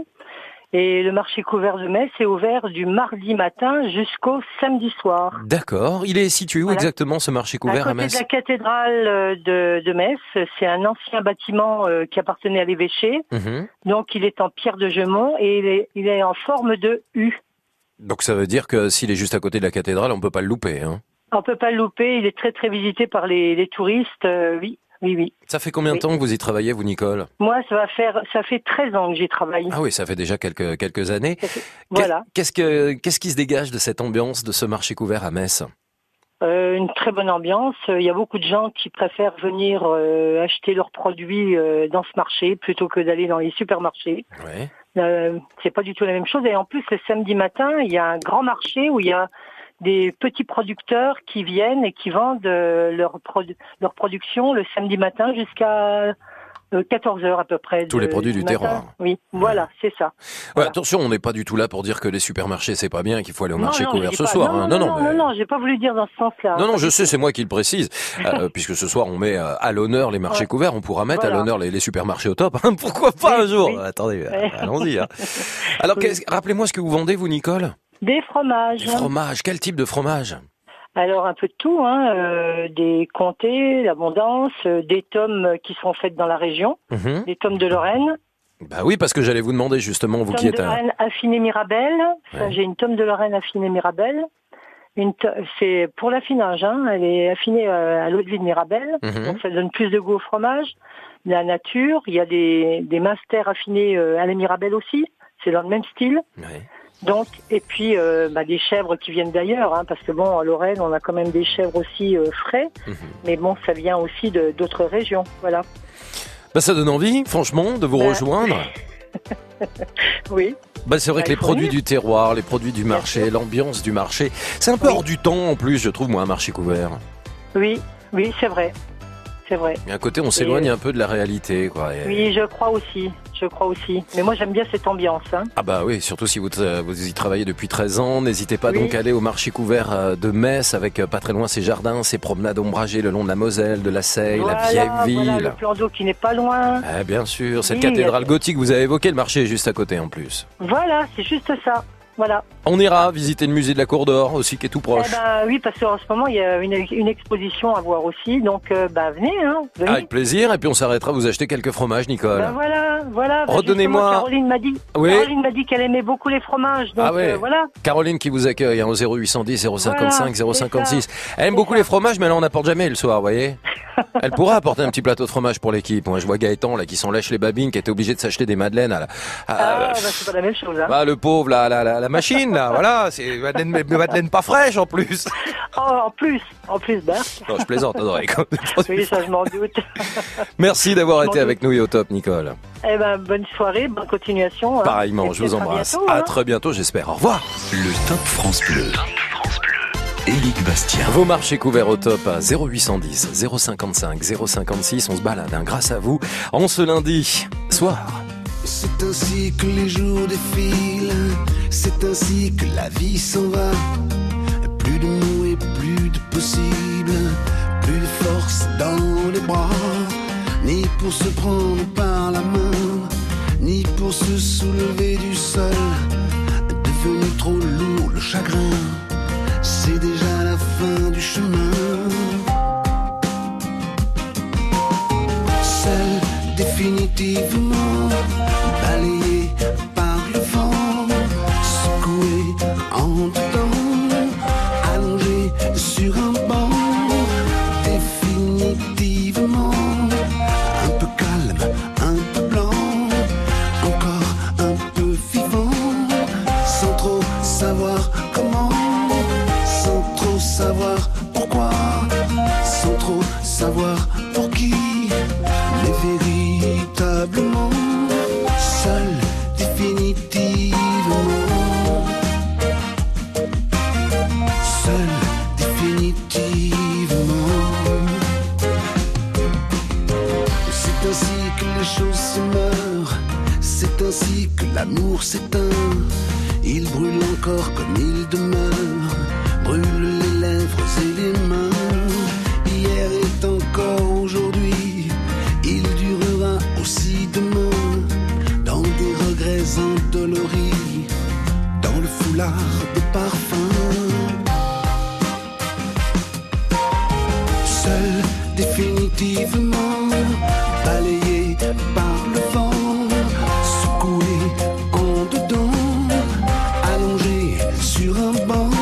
Et le marché couvert de Metz est ouvert du mardi matin jusqu'au samedi soir. D'accord. Il est situé où voilà. exactement ce marché couvert à, à Metz ? À côté de la cathédrale de, de Metz. C'est un ancien bâtiment euh, qui appartenait à l'évêché. Mmh. Donc il est en pierre de Gemont et il est, il est en forme de U. Donc ça veut dire que s'il est juste à côté de la cathédrale, on peut pas le louper, hein ? On peut pas le louper. Il est très très visité par les, les touristes. Euh, oui. Oui, oui. Ça fait combien de oui. temps que vous y travaillez, vous, Nicole ? Moi, ça va faire, ça fait treize ans que j'y travaille. Ah oui, ça fait déjà quelques, quelques années. Fait, voilà. Qu'est-ce que, qu'est-ce qui se dégage de cette ambiance, de ce marché couvert à Metz ? euh, Une très bonne ambiance. Il y a beaucoup de gens qui préfèrent venir euh, acheter leurs produits euh, dans ce marché plutôt que d'aller dans les supermarchés. Ouais. Euh, c'est pas du tout la même chose. Et en plus, le samedi matin, il y a un grand marché où il y a des petits producteurs qui viennent et qui vendent euh, leur, produ- leur production le samedi matin jusqu'à euh, quatorze heures à peu près. Tous de, les produits du, du terroir. Oui, voilà, ouais. c'est ça. Ouais, voilà. Attention, on n'est pas du tout là pour dire que les supermarchés c'est pas bien, qu'il faut aller au non, marché non, couvert ce pas. soir. Non, hein. non, non, non, non, mais... non, non, j'ai pas voulu dire dans ce sens-là. Non, non, je sais, c'est moi qui le précise, euh, puisque ce soir on met euh, à l'honneur les marchés ouais. couverts, on pourra mettre voilà. à l'honneur les, les supermarchés au top. Hein. Pourquoi pas oui, un jour oui. Attendez, euh, allons-y. Hein. Alors, oui. rappelez-moi ce que vous vendez, vous, Nicole ? Des fromages. Des fromages. Quel type de fromage ? Alors un peu de tout, hein, euh, des comtés, l'abondance, euh, des tomes qui sont faites dans la région, mmh. des tomes de Lorraine, Bah oui, parce que j'allais vous demander justement, vous Tome qui êtes de un... Lorraine affinée Mirabelle. Enfin, Ouais. j'ai une tome de Lorraine affinée Mirabelle. Une to- c'est pour l'affinage, hein. Elle est affinée euh, à l'eau de vie de Mirabelle. Mhm. Donc ça donne plus de goût au fromage. La nature, il y a des, des masters affinés euh, à la Mirabelle aussi. C'est dans le même style. Ouais. Donc, et puis euh, bah, des chèvres qui viennent d'ailleurs, hein, parce que bon, en Lorraine, on a quand même des chèvres aussi euh, frais, Mhm. mais bon, ça vient aussi de d'autres régions, voilà. Bah ça donne envie, franchement, de vous Bah, rejoindre. Oui. Bah c'est vrai Bah, que les il faut produits venir. du terroir, les produits du marché, l'ambiance du marché, c'est un peu Oui. hors du temps en plus, je trouve, moi, un marché couvert. Oui, oui, c'est vrai, c'est vrai. Et à côté, on s'éloigne un peu de la réalité, quoi. Et- Oui, je crois aussi, je crois aussi. Mais moi, j'aime bien cette ambiance, hein. Ah bah oui, surtout si vous, euh, vous y travaillez depuis treize ans, n'hésitez pas Oui. donc à aller au marché couvert euh, de Metz avec euh, pas très loin ses jardins, ses promenades ombragées le long de la Moselle, de la Seille, Voilà, la vieille ville. voilà, le plan d'eau qui n'est pas loin. Ah, bien sûr, cette Oui, cathédrale euh, gothique, vous avez évoqué le marché juste à côté en plus. Voilà, c'est juste ça. Voilà. On ira visiter le musée de la Cour d'Or aussi qui est tout proche. Eh ben oui, parce qu'en ce moment, il y a une, une exposition à voir aussi. Donc, euh, bah, venez, hein. Venez. Avec plaisir, et puis on s'arrêtera vous acheter quelques fromages, Nicole. Ben voilà, voilà. Ben Redonnez-moi- justement, Caroline m'a dit, Oui. Caroline m'a dit qu'elle aimait beaucoup les fromages. Donc, Ah ouais. euh, voilà. Caroline qui vous accueille hein, au zéro huit cent dix, zéro cinquante-cinq, Voilà, zéro c'est cinquante-six. ça. Elle aime C'est beaucoup ça. les fromages, mais elle en apporte jamais le soir, vous voyez. Elle pourra apporter un petit plateau de fromage pour l'équipe. Moi, je vois Gaëtan là qui s'en lèche les babines, qui était obligé de s'acheter des madeleines à la... à- Ah, bah, c'est pas la même chose, hein. Bah, le pauvre, la, la, la, la machine, là, voilà, c'est madeleine, mais madeleine pas fraîche en plus. Oh, en plus, en plus, bah. Non, je plaisante, Adoré. Oui, ça, je m'en doute. Merci d'avoir Je m'en été doute. avec nous et au top, Nicole. Eh ben, bonne soirée, bonne continuation. hein. Pareillement, Et je vous peut-être à embrasse. bientôt, À hein. très bientôt, j'espère. Au revoir. Le Top France Bleu. Éric Bastien. Vos marchés couverts au top à zéro huit cent dix, zéro cinquante-cinq, zéro cinquante-six. On se balade, hein, grâce à vous, en ce lundi soir. C'est ainsi que les jours défilent, c'est ainsi que la vie s'en va. Plus de mots et plus de possible, plus de force dans les bras, ni pour se prendre par la main, ni pour se soulever du sol. Devenu trop lourd le chagrin, c'est déjà la fin du chemin. Seul définitivement balayé par le vent, secoué en dedans, allongé sur un banc, définitivement un peu calme, un peu blanc, encore un peu vivant, sans trop savoir comment, sans trop savoir pourquoi, sans trop savoir pour qui, mais véritablement seul, définitivement seul, définitivement. C'est ainsi que les choses se meurent, c'est ainsi que l'amour s'éteint. Il brûle encore comme il demeure, brûle les lèvres et les mains. Hier est encore aujourd'hui, il durera aussi demain, dans des regrets endoloris, dans le foulard des parfums. Seul, définitivement, balayé par le vent, secoué en dedans, allongé sur un banc,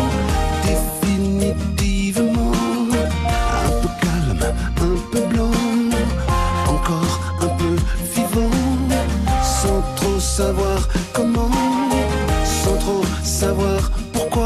définitivement, un peu calme, un peu blanc, encore un peu vivant, sans trop savoir comment, sans trop savoir pourquoi,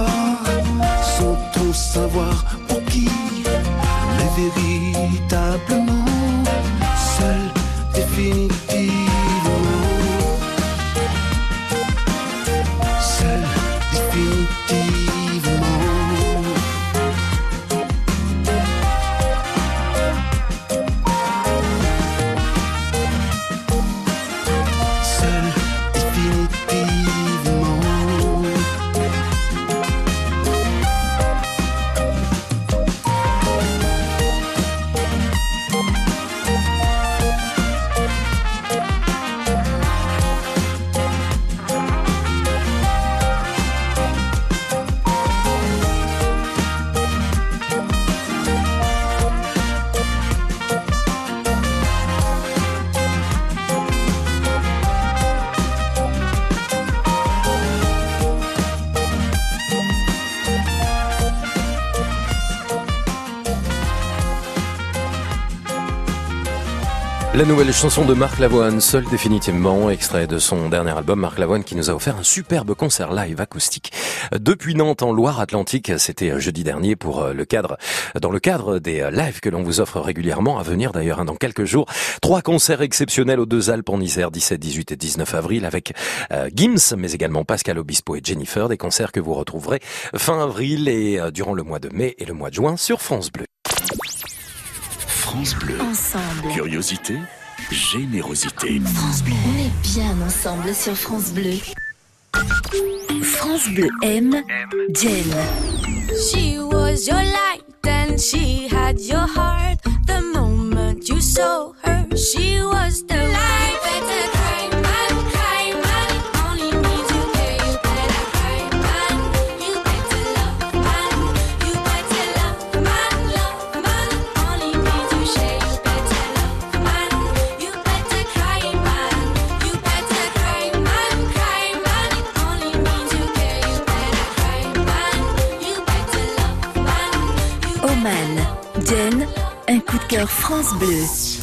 La nouvelle chanson de Marc Lavoine, Seul définitivement, extrait de son dernier album. Marc Lavoine qui nous a offert un superbe concert live acoustique depuis Nantes en Loire-Atlantique. C'était jeudi dernier pour le cadre, dans le cadre des lives que l'on vous offre régulièrement à venir d'ailleurs hein, dans quelques jours. Trois concerts exceptionnels aux Deux Alpes en Isère, dix-sept, dix-huit et dix-neuf avril avec euh, Gims, mais également Pascal Obispo et Jennifer. Des concerts que vous retrouverez fin avril et euh, durant le mois de mai et le mois de juin sur France Bleu. France Bleu. Ensemble. Curiosité, générosité. France Bleu. On est bien ensemble sur France Bleu. France Bleu aime Jen. She was your light and she had your heart. The moment you saw her, she was the light. Better cry, man, cry, man. Only means you care. You better cry, man. You better love, man. You better love, man, love, man. Only means you share. You better love, man. You better cry, man. You better cry, man, cry, man. Only means you care. You better cry, man. You better love, man. Oman, Jen, un coup de cœur France Bleu.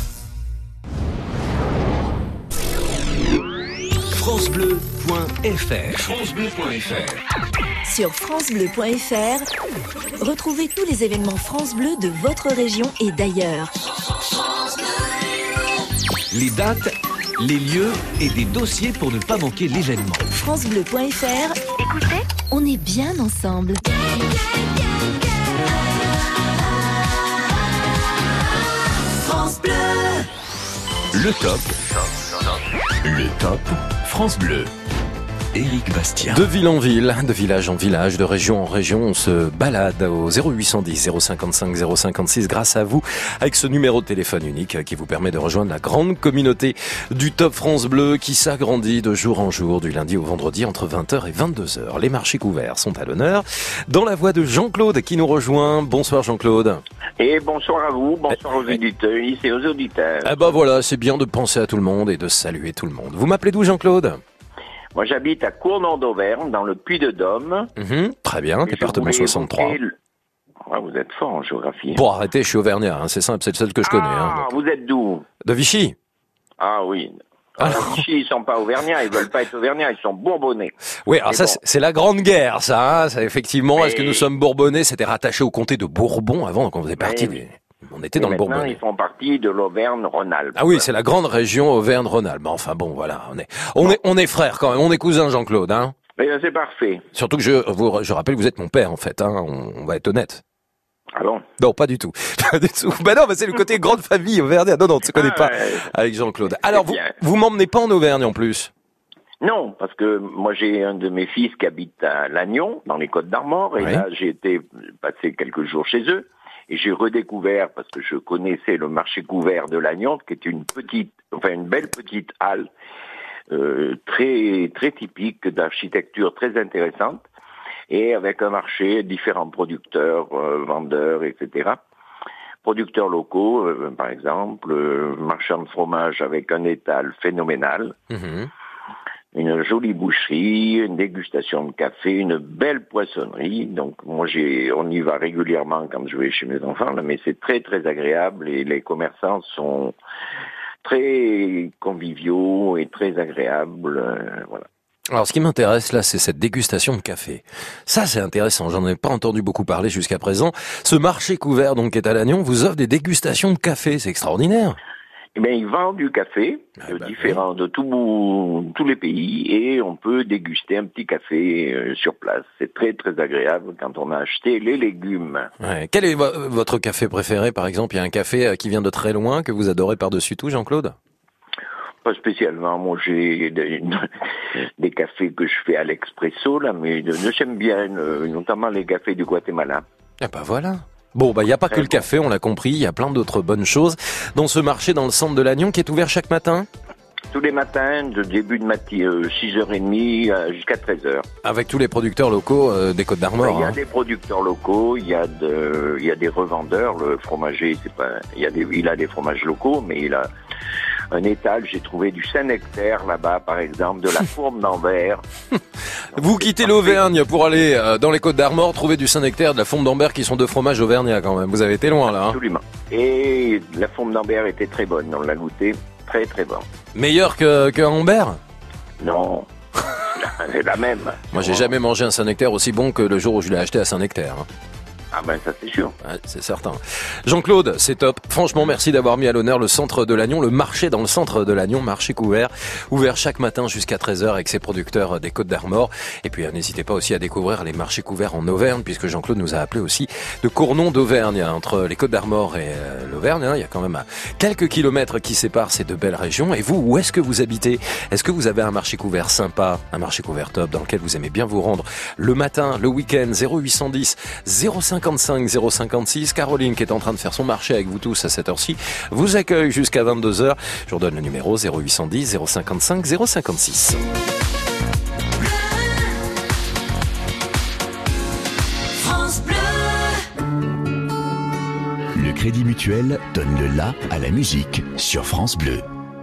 francebleu point f r. francebleu point f r. Sur francebleu point f r, retrouvez tous les événements France Bleu de votre région et d'ailleurs. Les dates, les lieux et des dossiers pour ne pas manquer l'événement. francebleu point f r. Écoutez, on est bien ensemble. France Bleu. Le top. Le top France Bleu. Éric Bastien. De ville en ville, de village en village, de région en région, on se balade au zéro huit cent dix, zéro cinquante-cinq, zéro cinquante-six grâce à vous, avec ce numéro de téléphone unique qui vous permet de rejoindre la grande communauté du Top France Bleu qui s'agrandit de jour en jour, du lundi au vendredi entre vingt heures et vingt-deux heures. Les marchés couverts sont à l'honneur. Dans la voix de Jean-Claude qui nous rejoint. Bonsoir Jean-Claude. Et bonsoir à vous, bonsoir aux éditeurs et aux auditeurs. Ah bah voilà, c'est bien de penser à tout le monde et de saluer tout le monde. Vous m'appelez d'où Jean-Claude ? Moi, j'habite à Cournon d'Auvergne, dans le Puy-de-Dôme. Mmh, très bien, département soixante-trois. Le... Ouais, vous êtes fort en géographie. Bon, arrêtez, je suis auvergnat, hein, c'est simple, c'est le seul que je connais. Ah, hein, vous êtes d'où ? De Vichy. Ah oui. Alors, ah, Vichy, ils sont pas auvergnats, ils veulent pas être auvergnats, ils sont bourbonnais. Oui, alors Mais ça, bon. c'est la grande guerre, ça, hein, ça effectivement. Mais... Est-ce que nous sommes bourbonnais ? C'était rattaché au comté de Bourbon avant, donc on faisait partie Mais... des... On était Et dans le maintenant, Bourbonnais. ils font partie de l'Auvergne-Rhône-Alpes. Ah oui, c'est la grande région Auvergne-Rhône-Alpes. Enfin bon, voilà, on est, on est, on est frères quand même, on est cousins, Jean-Claude, hein. Mais c'est parfait. Surtout que je, vous, je rappelle, vous êtes mon père en fait, hein. On, on va être honnête. Ah bon ? Non, pas du tout, pas du tout. Bah non, mais c'est le côté grande famille Auvergnat. Non, non, on ne se connaît Ah, pas ouais. avec Jean-Claude. Alors vous, bien. vous m'emmenez pas en Auvergne en plus. Non, parce que moi j'ai un de mes fils qui habite à Lannion, dans les Côtes-d'Armor, et Oui. là j'ai été passer quelques jours chez eux, et j'ai redécouvert, parce que je connaissais le marché couvert de Lannion, qui est une petite, enfin une belle petite halle, euh, très très typique d'architecture très intéressante, et avec un marché, différents producteurs, euh, vendeurs, et cetera. Producteurs locaux, euh, par exemple, euh, marchand de fromage avec un étal phénoménal. Mmh. Une jolie boucherie, une dégustation de café, une belle poissonnerie. Donc moi j'ai, on y va régulièrement quand je vais chez mes enfants, là, mais c'est très très agréable et les commerçants sont très conviviaux et très agréables. Euh, voilà. Alors, ce qui m'intéresse là, c'est cette dégustation de café. Ça, c'est intéressant. J'en ai pas entendu beaucoup parler jusqu'à présent. Ce marché couvert, donc, qui est à Lannion, vous offre des dégustations de café. C'est extraordinaire. Eh bien, ils vendent du café Ah, de bah, différents de tout, tous les pays et on peut déguster un petit café euh, sur place. C'est très très agréable quand on a acheté les légumes. Ouais. Quel est vo- votre café préféré, par exemple ? Il y a un café euh, qui vient de très loin que vous adorez par-dessus tout, Jean-Claude ? Pas spécialement. Moi, j'ai des, des cafés que je fais à l'expresso, là, mais de, de- j'aime bien, euh, notamment les cafés du Guatemala. Ah bah voilà. Bon, bah il n'y a pas Très que le bon. café, on l'a compris, il y a plein d'autres bonnes choses dans ce marché dans le centre de Lannion qui est ouvert chaque matin. Tous les matins, de début de matinée, euh, six heures trente jusqu'à treize heures. Avec tous les producteurs locaux euh, des Côtes d'Armor. Il y a hein. des producteurs locaux, il y a de, il y a des revendeurs. Le fromager, c'est pas, il y a des, il a des fromages locaux, mais il a un étal. J'ai trouvé du Saint-Nectaire là-bas, par exemple, de la Fourme d'Anvers. Vous quittez l'Auvergne pour aller euh, dans les Côtes d'Armor, trouver du Saint-Nectaire, de la Fombe d'Ambert qui sont deux fromages auvergnats quand même. Vous avez été loin là. Hein. Absolument. Et la Fombe d'Ambert était très bonne, on l'a goûté, très très bon. Meilleur que, que Ambert ? Non, c'est la même. Moi j'ai jamais mangé un Saint-Nectaire aussi bon que le jour où je l'ai acheté à Saint-Nectaire. Hein. Ah ben ça c'est sûr. Ouais, c'est certain. Jean-Claude, c'est top. Franchement, merci d'avoir mis à l'honneur le centre de Lannion, le marché dans le centre de Lannion, marché couvert, ouvert chaque matin jusqu'à treize heures avec ses producteurs des Côtes d'Armor. Et puis n'hésitez pas aussi à découvrir les marchés couverts en Auvergne, puisque Jean-Claude nous a appelé aussi de Cournon d'Auvergne. Entre les Côtes d'Armor et euh, l'Auvergne, hein, il y a quand même quelques kilomètres qui séparent ces deux belles régions. Et vous, où est-ce que vous habitez ? Est-ce que vous avez un marché couvert sympa, un marché couvert top, dans lequel vous aimez bien vous rendre le matin, le week-end, zéro huit cent dix zéro cinquante-cinq zéro cinquante-six. Caroline, qui est en train de faire son marché avec vous tous à cette heure-ci, vous accueille jusqu'à vingt-deux heures. Je vous redonne le numéro zéro huit cent dix zéro cinquante-cinq zéro cinquante-six. France Bleu. Le Crédit Mutuel donne le la à la musique sur France Bleu.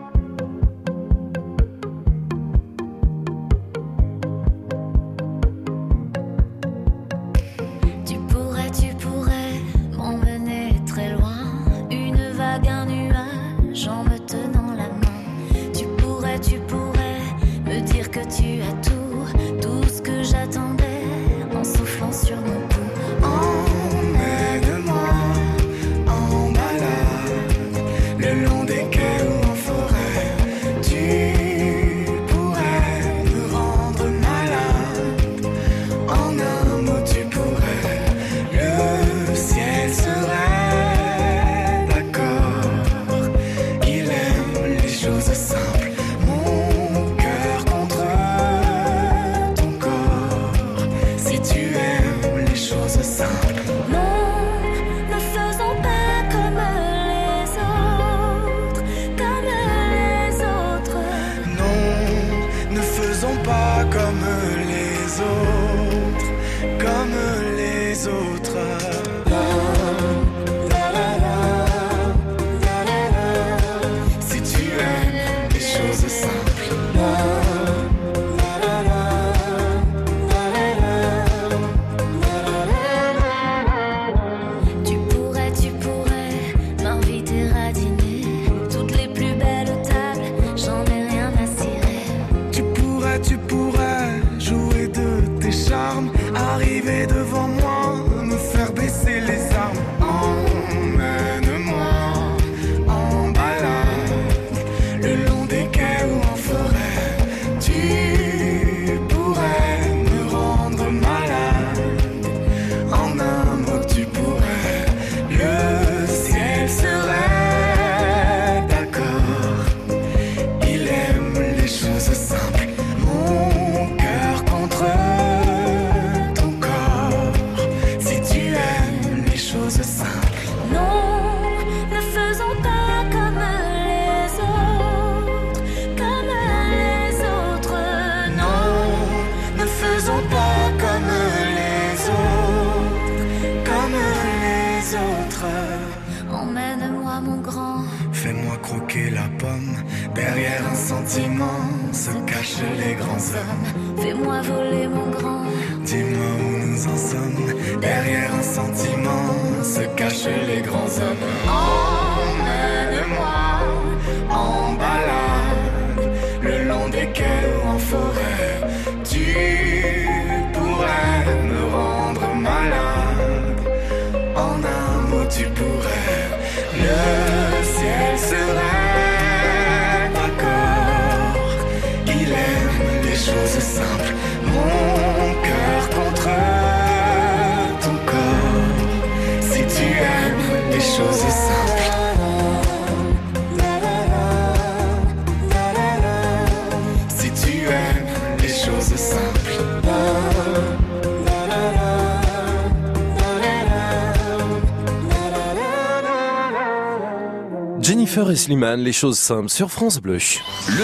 Jennifer et Slimane, les choses simples sur France Bleu. Le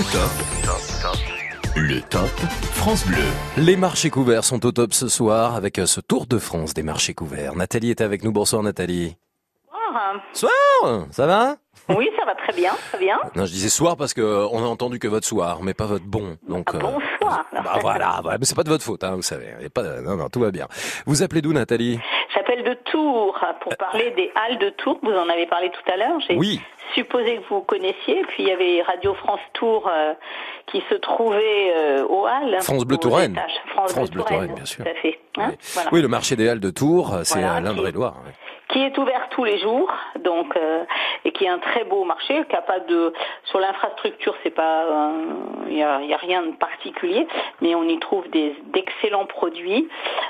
top. Le top France Bleu. Les marchés couverts sont au top ce soir avec ce tour de France des marchés couverts. Nathalie est avec nous. Bonsoir Nathalie. Bonsoir. Bonsoir. Ça va ? Oui, ça va très bien, très bien. Non, je disais soir parce que euh, on a entendu que votre soir, mais pas votre bon. Donc, ah, bonsoir. Euh, bah voilà, ouais, mais c'est pas de votre faute, hein, vous savez. Y a pas, non, non, tout va bien. Vous appelez d'où, Nathalie? J'appelle de Tours pour parler des Halles de Tours. Vous en avez parlé tout à l'heure. J'ai oui. supposé que vous connaissiez. Puis il y avait Radio France Tours euh, qui se trouvait euh, aux Halles. France Bleu Touraine. France, France Bleu Touraine, bien sûr. Tout à fait. Hein, oui. Voilà. oui, le marché des Halles de Tours, c'est voilà, à l'Indre-et-Loire. Oui. Qui est ouvert tous les jours, donc euh, et qui est un très beau marché, capable de sur l'infrastructure, c'est pas, il euh, y, y a rien de particulier, mais on y trouve des d'excellents produits,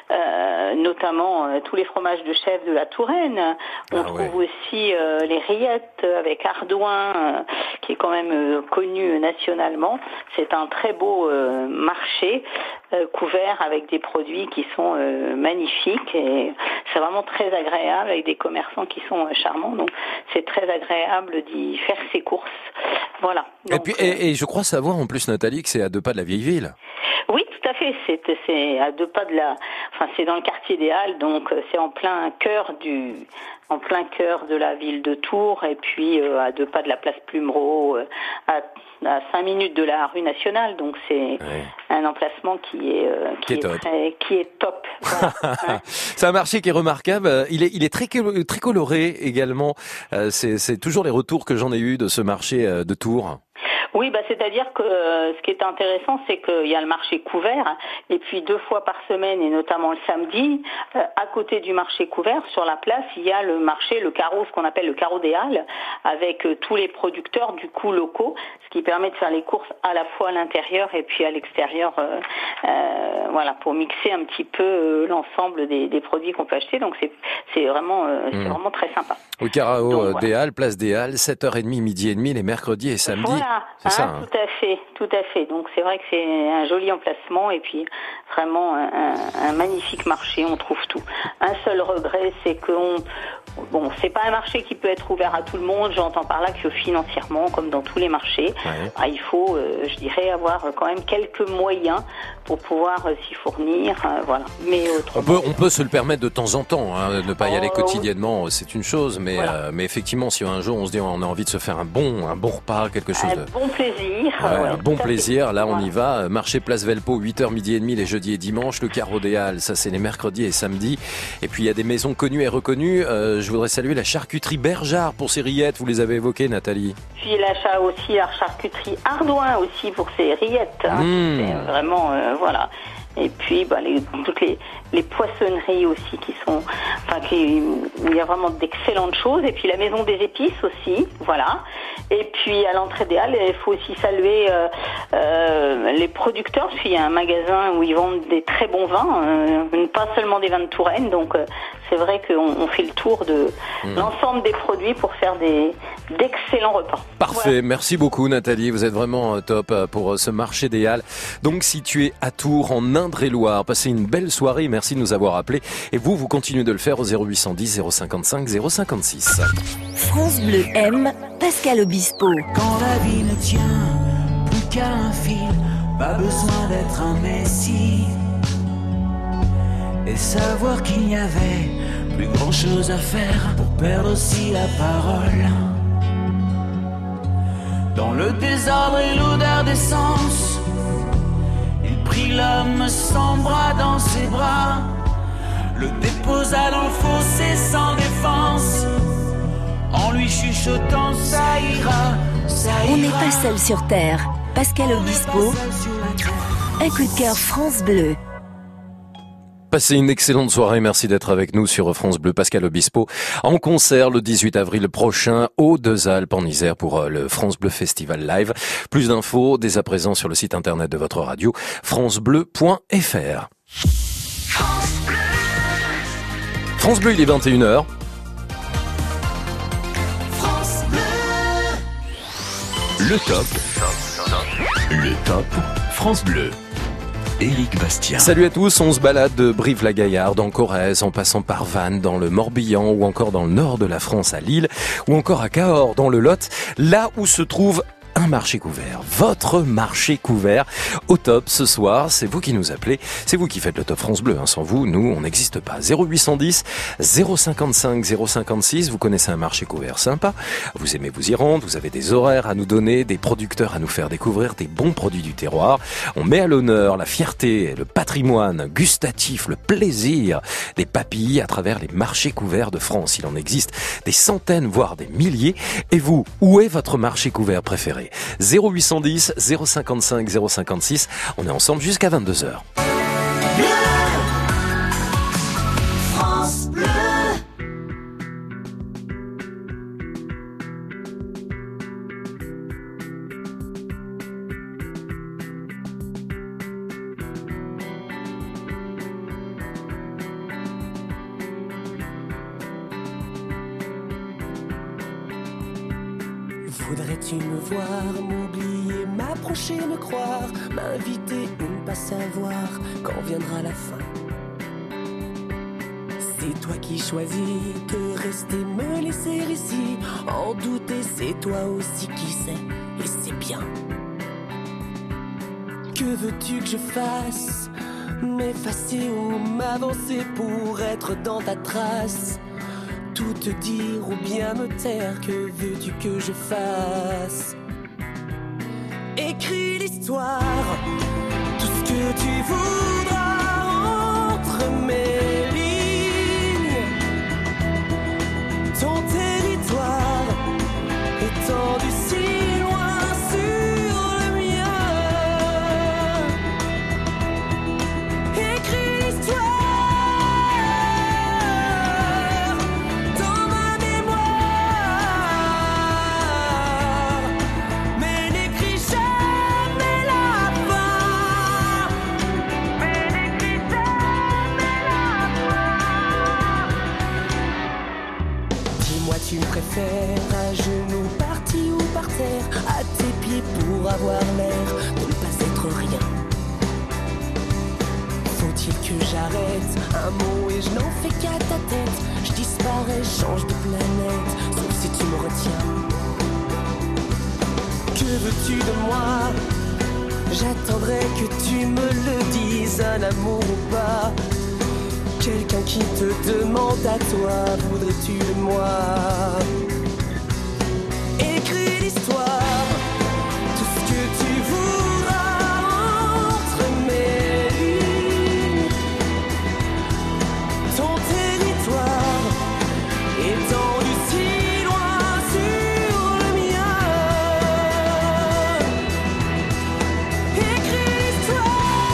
euh, notamment euh, tous les fromages de chèvre de la Touraine. On ah, trouve ouais. aussi euh, les rillettes avec Ardouin, euh, qui est quand même euh, connu nationalement. C'est un très beau euh, marché euh, couvert avec des produits qui sont euh, magnifiques et c'est vraiment très agréable avec des commerçants qui sont charmants, donc c'est très agréable d'y faire ses courses. Voilà. Donc, et puis, et, et je crois savoir en plus, Nathalie, que c'est à deux pas de la vieille ville. Oui, tout à fait. C'est, c'est à deux pas de la. Enfin, c'est dans le quartier des Halles, donc c'est en plein cœur du, en plein cœur de la ville de Tours, et puis euh, à deux pas de la place Plumereau, euh, à à cinq minutes de la rue nationale, donc c'est ouais. un emplacement qui est euh, qui, qui, est, est top. Très, qui est top. Voilà. hein. C'est un marché qui est remarquable. Il est il est très très coloré également. C'est c'est toujours les retours que j'en ai eu de ce marché de Tours. Oui, bah c'est-à-dire que euh, ce qui est intéressant, c'est qu'il y a le marché couvert, hein, et puis deux fois par semaine, et notamment le samedi, euh, à côté du marché couvert, sur la place, il y a le marché, le carreau, ce qu'on appelle le carreau des Halles, avec euh, tous les producteurs du coup locaux, ce qui permet de faire les courses à la fois à l'intérieur et puis à l'extérieur, euh, euh, voilà, pour mixer un petit peu euh, l'ensemble des, des produits qu'on peut acheter. Donc c'est c'est vraiment euh, mmh. c'est vraiment très sympa. Au carreau Donc, voilà. des Halles, place des Halles, sept heures trente, midi et demi, les mercredis et samedis. Voilà. C'est ça, hein, hein. Tout à fait, tout à fait. Donc c'est vrai que c'est un joli emplacement et puis vraiment un, un magnifique marché, on trouve tout. Un seul regret, c'est qu'on, bon, c'est pas un marché qui peut être ouvert à tout le monde. J'entends par là que financièrement, comme dans tous les marchés, ouais. bah, il faut, euh, je dirais, avoir quand même quelques moyens pour pouvoir euh, s'y fournir, euh, voilà. Mais on peut, on peut se le permettre de temps en temps, hein, ne pas y aller quotidiennement, c'est une chose, mais voilà. euh, mais effectivement, si un jour on se dit on a envie de se faire un bon, un bon repas, quelque chose un de bon plaisir, ouais, ouais, un bon plaisir. Là, on voilà. y va. Marché Place Velpeau, huit heures midi et demi les jeudis et dimanches. Le carreau des Halles, ça c'est les mercredis et samedis. Et puis il y a des maisons connues et reconnues. Euh, je voudrais saluer la charcuterie Bergeard pour ses rillettes. Vous les avez évoquées, Nathalie. Puis l'achat aussi la charcuterie Ardouin aussi pour ses rillettes. Hein. Mmh. C'est vraiment euh, voilà. Et puis bah, les, toutes les, les poissonneries aussi qui sont, enfin qui, où il y a vraiment d'excellentes choses. Et puis la maison des épices aussi, voilà. Et puis à l'entrée des Halles, il faut aussi saluer euh, euh, les producteurs. Puis il y a un magasin où ils vendent des très bons vins, euh, pas seulement des vins de Touraine. Donc euh, c'est vrai qu'on on fait le tour de mmh. l'ensemble des produits pour faire des d'excellents repas. Parfait, voilà. Merci beaucoup Nathalie, vous êtes vraiment top pour ce marché des Halles. Donc situé à Tours en Indre-et-Loire, passez une belle soirée, merci de nous avoir appelés. Et vous, vous continuez de le faire au zéro huit cent dix zéro cinquante-cinq zéro cinquante-six. France Bleu aime Pascal Obispo. Quand la vie ne tient plus qu'à un fil, pas besoin d'être un messie. Et savoir qu'il n'y avait plus grand chose à faire pour perdre aussi la parole. Dans le désordre et l'odeur d'essence, il prit l'homme sans bras dans ses bras, le déposa dans le fossé sans défense, en lui chuchotant ça ira, ça ira. On n'est pas seul sur terre. Pascal Obispo, un coup de cœur France Bleu. Passez une excellente soirée, merci d'être avec nous sur France Bleu. Pascal Obispo en concert le dix-huit avril prochain aux Deux Alpes en Isère pour le France Bleu Festival Live. Plus d'infos dès à présent sur le site internet de votre radio francebleu point f r. France Bleu, il est vingt et une heures. Le top. Le top France Bleu. Éric Bastien. Salut à tous, on se balade de Brive-la-Gaillarde en Corrèze, en passant par Vannes dans le Morbihan ou encore dans le nord de la France à Lille ou encore à Cahors dans le Lot, là où se trouve un marché couvert, votre marché couvert au top ce soir. C'est vous qui nous appelez, c'est vous qui faites le top France Bleu. Hein. Sans vous, nous, on n'existe pas. zéro huit cent dix, zéro cinquante-cinq, zéro cinquante-six, vous connaissez un marché couvert sympa, vous aimez vous y rendre, vous avez des horaires à nous donner, des producteurs à nous faire découvrir des bons produits du terroir. On met à l'honneur la fierté, le patrimoine gustatif, le plaisir des papilles à travers les marchés couverts de France. Il en existe des centaines, voire des milliers. Et vous, où est votre marché couvert préféré? zéro huit cent dix, zéro cinquante-cinq, zéro cinquante-six. On est ensemble jusqu'à vingt-deux heures. France Bleu. Voudrais-tu me voir, m'oublier, m'approcher, me croire, m'inviter ou ne pas savoir quand viendra la fin? C'est toi qui choisis de rester, me laisser ici, en douter, c'est toi aussi qui sais, et c'est bien. Que veux-tu que je fasse? M'effacer ou m'avancer pour être dans ta trace? Tout te dire ou bien me taire, que veux-tu que je fasse? Écris l'histoire, tout ce que tu voudras entre mes lignes. Ton territoire étendu si loin sur le mien. Écris l'histoire. Tu préfères à genoux, parti ou par terre, à tes pieds pour avoir l'air de ne pas être rien? Faut-il que j'arrête un mot et je n'en fais qu'à ta tête? Je disparais, change de planète, sauf si tu me retiens. Que veux-tu de moi? J'attendrai que tu me le dises, un amour ou pas. Quelqu'un qui te demande à toi, voudrais-tu de moi? Écris l'histoire, tout ce que tu voudras entre mes lignes. Ton territoire étendu si loin sur le mien. Écris l'histoire.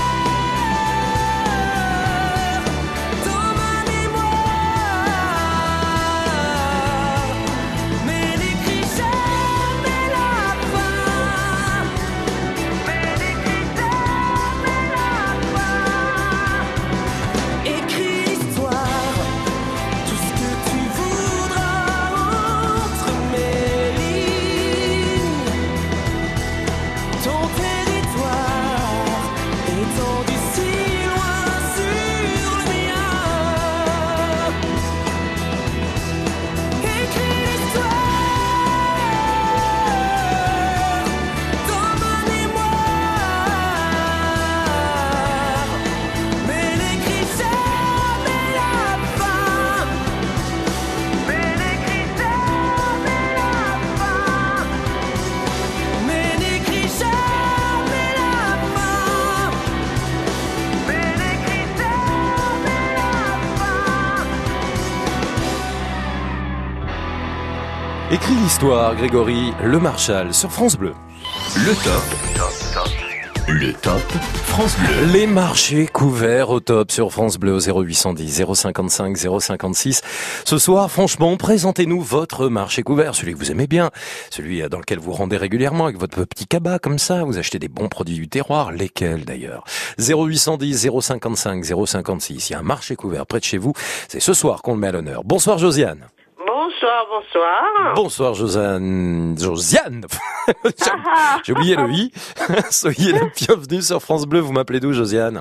Écrit l'histoire, Grégory Le Marchal sur France Bleu. Le top. Le top France Bleu. Les marchés couverts au top sur France Bleu au zéro huit cent dix, zéro cinquante-cinq, zéro cinquante-six. Ce soir, franchement, présentez-nous votre marché couvert, celui que vous aimez bien, celui dans lequel vous rendez régulièrement avec votre petit cabas comme ça, vous achetez des bons produits du terroir, lesquels d'ailleurs. zéro huit cent dix, zéro cinquante-cinq, zéro cinquante-six. Il y a un marché couvert près de chez vous, c'est ce soir qu'on le met à l'honneur. Bonsoir Josiane. Bonsoir, bonsoir. Bonsoir Josiane. Josiane. J'ai oublié le i. Soyez la bienvenue sur France Bleu. Vous m'appelez d'où, Josiane?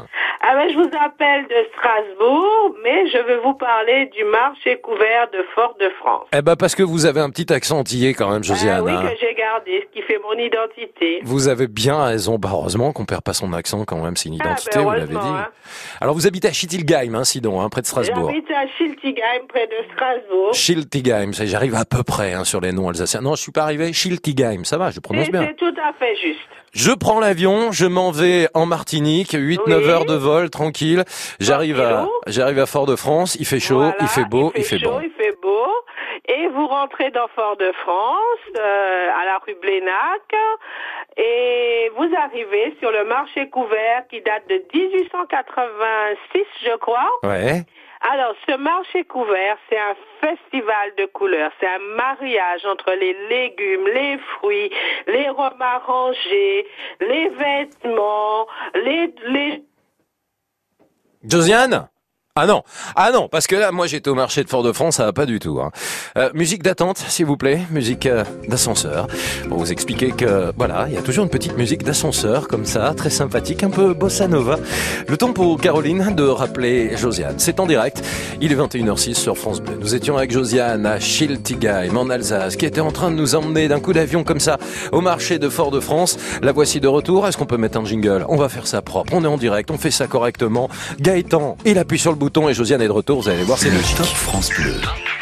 Ah ben, je vous appelle de Strasbourg, mais je veux vous parler du marché couvert de Fort-de-France. Eh ben parce que vous avez un petit accent antillais quand même, Josiane. Ah oui, hein. que j'ai gardé, ce qui fait mon identité. Vous avez bien raison. Bah, heureusement qu'on perd pas son accent quand même, c'est une identité, Ah, ben, vous l'avez dit. heureusement, hein. Alors vous habitez à Schiltigheim, hein, sinon, hein, près de Strasbourg. J'habite à Schiltigheim, près de Strasbourg. Schiltigheim, ça, j'arrive à peu près hein, sur les noms alsaciens. Non, je suis pas arrivé. Schiltigheim, ça va, je prononce Et bien. c'est tout à fait juste. Je prends l'avion, je m'en vais en Martinique, huit neuf Oui. heures de vol, tranquille. J'arrive à, j'arrive à Fort-de-France, il fait chaud, Voilà, il fait beau, il fait, chaud, bon. il fait beau. Et vous rentrez dans Fort-de-France, euh, à la rue Blénac, et vous arrivez sur le marché couvert qui date de dix-huit cent quatre-vingt-six, je crois. Ouais. Alors, ce marché couvert, c'est un festival de couleurs. C'est un mariage entre les légumes, les fruits, les rhums arrangés, les vêtements, les... les... Josiane? Ah non, ah non, parce que là, moi j'étais au marché de Fort-de-France, ça va pas du tout. Hein. Euh, musique d'attente, s'il vous plaît, musique euh, d'ascenseur, pour vous expliquer que, voilà, il y a toujours une petite musique d'ascenseur, comme ça, très sympathique, un peu bossa nova. Le temps pour Caroline de rappeler Josiane. C'est en direct, il est vingt et une heures six sur France Bleu. Nous étions avec Josiane à Schiltigheim, en Alsace, qui était en train de nous emmener d'un coup d'avion comme ça au marché de Fort-de-France. La voici de retour, est-ce qu'on peut mettre un jingle? On va faire ça propre, on est en direct, on fait ça correctement. Gaëtan, il appuie sur le bouton et Josiane est de retour, vous allez voir, c'est logique. Top France Bleu.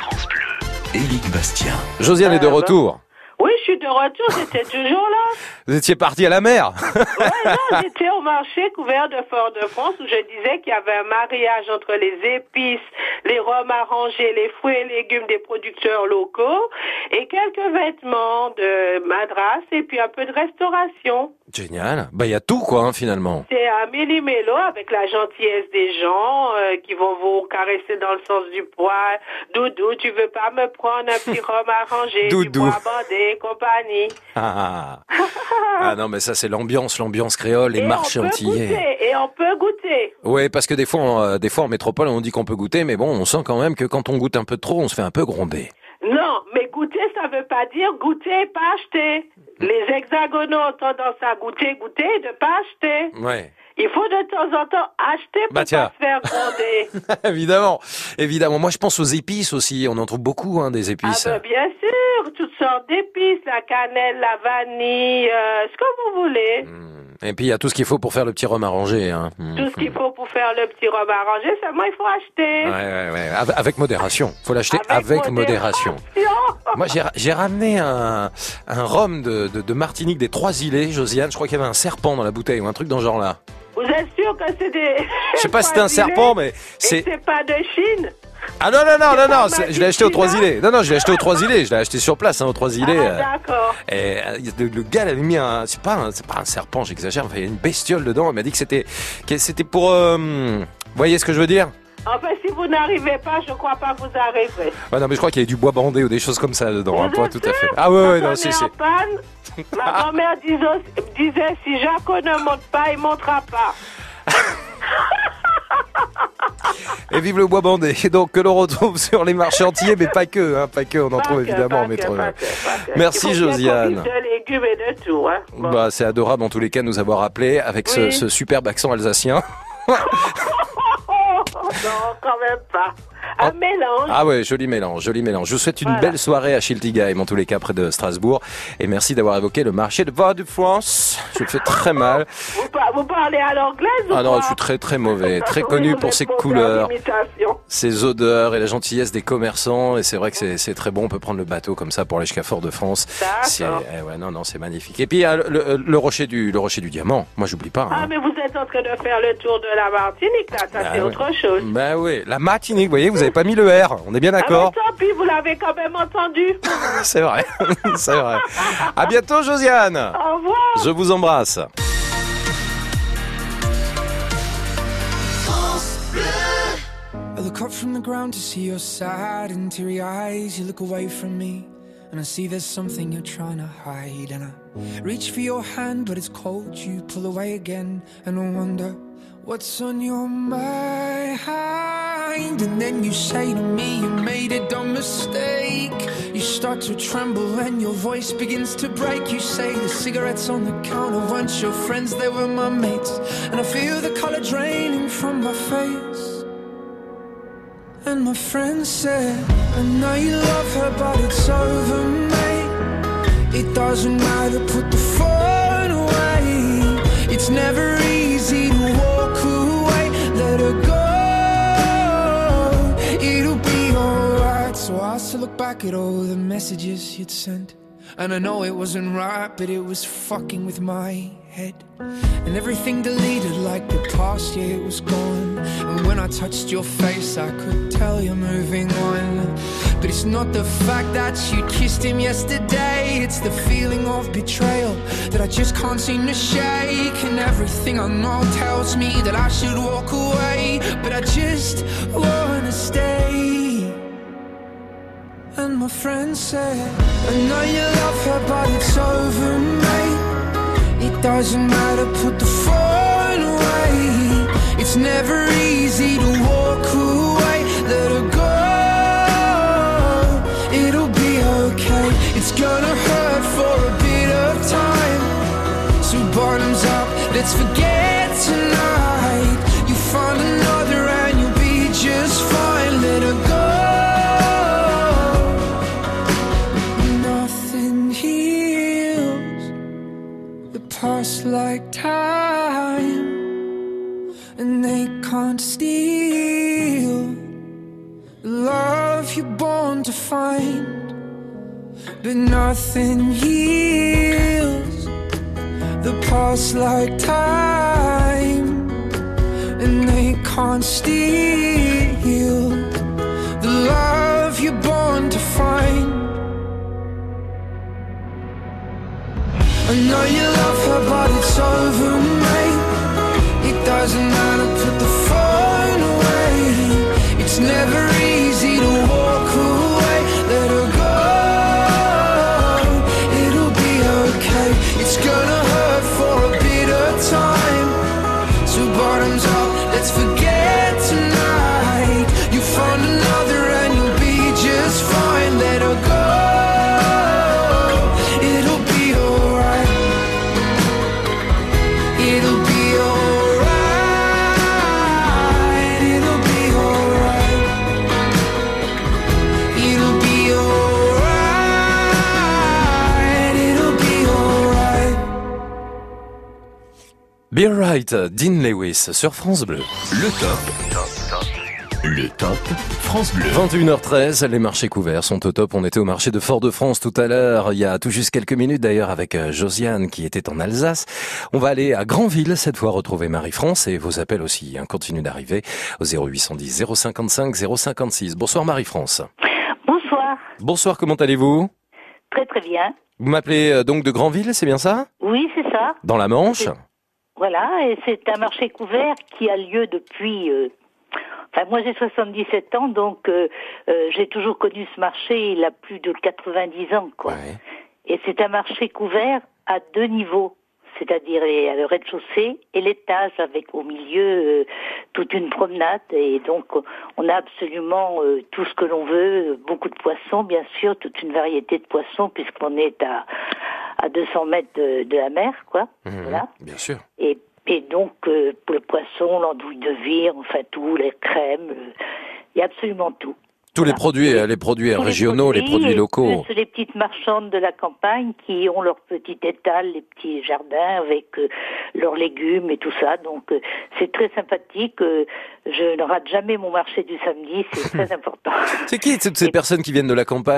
Éric Bastien. Josiane est de retour. Oui, je suis de retour, j'étais toujours là. Vous étiez parti à la mer. Ouais, non, j'étais au marché couvert de Fort-de-France où je disais qu'il y avait un mariage entre les épices, les rhums arrangés, les fruits et légumes des producteurs locaux et quelques vêtements de madras et puis un peu de restauration. Génial. Bah, il y a tout, quoi, hein, finalement. C'est un méli-mélo avec la gentillesse des gens euh, qui vont vous caresser dans le sens du poil. Doudou, tu veux pas me prendre un petit rhum arrangé, du Doudou. bois bandé, compagnie. Ah, ah non, mais ça, c'est l'ambiance, l'ambiance créole, les Et marchés on peut antillais. goûter, et on peut goûter. Ouais, parce que des fois, en, euh, des fois, en métropole, on dit qu'on peut goûter, mais bon, on sent quand même que quand on goûte un peu trop, on se fait un peu gronder. Non, mais goûter, ça veut pas dire goûter et pas acheter. Les hexagonaux ont tendance à goûter, goûter et de pas acheter. Ouais. Il faut de temps en temps acheter pour Bah, tiens. pas se faire gronder. Évidemment, évidemment. Moi, je pense aux épices aussi. On en trouve beaucoup, hein, des épices. Ah ben, bien sûr, toutes sortes d'épices, la cannelle, la vanille, euh, ce que vous voulez. Et puis, il y a tout ce qu'il faut pour faire le petit rhum arrangé, hein. Mm. Tout ce qu'il faut pour faire le petit rhum arrangé, seulement il faut acheter. Ouais, ouais, ouais. Avec, avec modération. Faut l'acheter avec, Avec modération. modération. Moi, j'ai, j'ai ramené un, un rhum de, de, de Martinique des Trois-Îlets, Josiane. Je crois qu'il y avait un serpent dans la bouteille ou un truc dans ce genre-là. Vous êtes sûr que c'est des... Je sais pas si c'était un serpent, mais Et c'est... c'est pas de Chine? Ah non, non, non, C'est non, pas non, c'est- je l'ai acheté aux Trois-Îlets. Non, non, je l'ai acheté aux Trois-Îlets. Je l'ai acheté sur place, hein, aux Trois-Îlets. euh. Ah, d'accord. Et euh, le, le gars il avait mis un, c'est pas, un, c'est pas un serpent, j'exagère. Enfin, il y a une bestiole dedans. Il m'a dit que c'était, que c'était pour, euh, vous voyez ce que je veux dire? Enfin, si vous n'arrivez pas, je crois pas que vous arriverez. Ouais, non, mais je crois qu'il y avait du bois bandé ou des choses comme ça dedans. Hein, Vous pour êtes être tout à fait. sûr? Ah ouais, ouais, Quand non, on c'est, est c'est. en panne, ma grand-mère disait, disait, si Jaco ne monte pas, il montera pas. Et vive le bois bandé. Donc, que l'on retrouve sur les marchés antillais, mais pas que, hein, pas que. On en Pas trouve que, évidemment, pas mais que, trop. pas que, pas que. Merci, Il faut bien Josiane. qu'on vise de légumes et de tout, hein. Bon. Bah, c'est adorable en tous les cas de nous avoir appelé avec ce, Oui. ce superbe accent alsacien. non, quand même pas. Un mélange. Ah ouais, joli mélange, joli mélange. Je vous souhaite une Voilà. belle soirée à Schiltigheim, en tous les cas près de Strasbourg. Et merci d'avoir évoqué le marché de Fort-de-France. Je le fais très mal. Vous, par- vous parlez à l'anglaise ou Ah non, quoi? je suis très très mauvais. Très Oui, connu vous pour êtes ses mauvais en couleurs, imitation. ses odeurs et la gentillesse des commerçants. Et c'est vrai que c'est, c'est très bon. On peut prendre le bateau comme ça pour aller jusqu'à Fort-de-France. C'est, eh ouais, non, non, c'est magnifique. Et puis, il y a le, le, le rocher du, le rocher du diamant. Moi, j'oublie pas. Ah, Hein. mais vous êtes en train de faire le tour de la Martinique, là. Ça, Ah c'est ouais. autre chose. Bah oui, la Martinique, vous voyez, vous avez pas mis le R. On est bien Ah, d'accord? mais tant pis, vous l'avez quand même entendu. C'est vrai, c'est vrai. À bientôt, Josiane. Au revoir. Je vous embrasse. I look up from the ground to see your sad and teary eyes. You look away from me, and I see there's something you're trying to hide. And I reach for your hand, but it's cold. You pull away again, and I wonder what's on your mind. mind, and then you say to me you made a dumb mistake. You start to tremble and your voice begins to break. You say the cigarettes on the counter weren't your friends, they were my mates. And I feel the color draining from my face. And my friend said, I know you love her but it's over, mate. It doesn't matter, put the phone away. It's never easy to walk away. Let her go, it'll be alright. So I still look back at all the messages you'd sent, and I know it wasn't right, but it was fucking with my head. And everything deleted like the past, yeah, it was gone. And when I touched your face, I could tell you're moving on. But it's not the fact that you kissed him yesterday, it's the feeling of betrayal that I just can't seem to shake. And everything I know tells me that I should walk away, but I just wanna stay. And my friend said, I know you love her but it's over, mate. It doesn't matter, put the phone away. It's never easy to walk away. Let her go, it'll be okay. It's gonna hurt for a bit of time. So bottoms up, let's forget tonight. You find another and you'll be just fine. Let her go. Past like time, and they can't steal the love you're born to find. But nothing heals the past like time, and they can't steal the love you're born to find. I know you love her but it's over, mate. It doesn't matter, put the phone away. It's never easy to walk away. Let her go, it'll be okay. It's gonna hurt for a bit of time. So bottoms up, let's forget tonight. You find another and you'll be just fine. Let her go. Be Right, Dean Lewis sur France Bleu. Le top. Le top France Bleu. vingt et une heures treize, les marchés couverts sont au top. On était au marché de Fort-de-France tout à l'heure, il y a tout juste quelques minutes d'ailleurs avec Josiane qui était en Alsace. On va aller à Granville cette fois retrouver Marie-France et vos appels aussi hein, continuent d'arriver au zéro huit cent dix zéro cinquante-cinq zéro cinquante-six. Bonsoir Marie-France. Bonsoir. Bonsoir, comment allez-vous? Très très bien. Vous m'appelez donc de Granville, c'est bien ça? Oui, c'est ça. Dans la Manche? C'est... Voilà, et c'est un marché couvert qui a lieu depuis... Euh... Enfin, moi j'ai soixante-dix-sept ans, donc euh, euh, j'ai toujours connu ce marché, il a plus de quatre-vingt-dix ans, quoi. Ouais. Et c'est un marché couvert à deux niveaux, c'est-à-dire le rez-de-chaussée et l'étage, avec au milieu euh, toute une promenade. Et donc on a absolument euh, tout ce que l'on veut, beaucoup de poissons, bien sûr, toute une variété de poissons, puisqu'on est à... à deux cents mètres de, de la mer, quoi. Mmh, voilà. Bien sûr. Et, et donc, euh, pour le poisson, l'andouille de vire, enfin tout, les crèmes, il euh, y a absolument tout. Tous voilà. les produits, les produits Tous régionaux, les produits, les produits locaux. C'est les petites marchandes de la campagne qui ont leur petit étal, les petits jardins avec euh, leurs légumes et tout ça. Donc, euh, c'est très sympathique. Euh, je ne rate jamais mon marché du samedi, c'est très important. C'est qui toutes ces et... personnes qui viennent de la campagne ?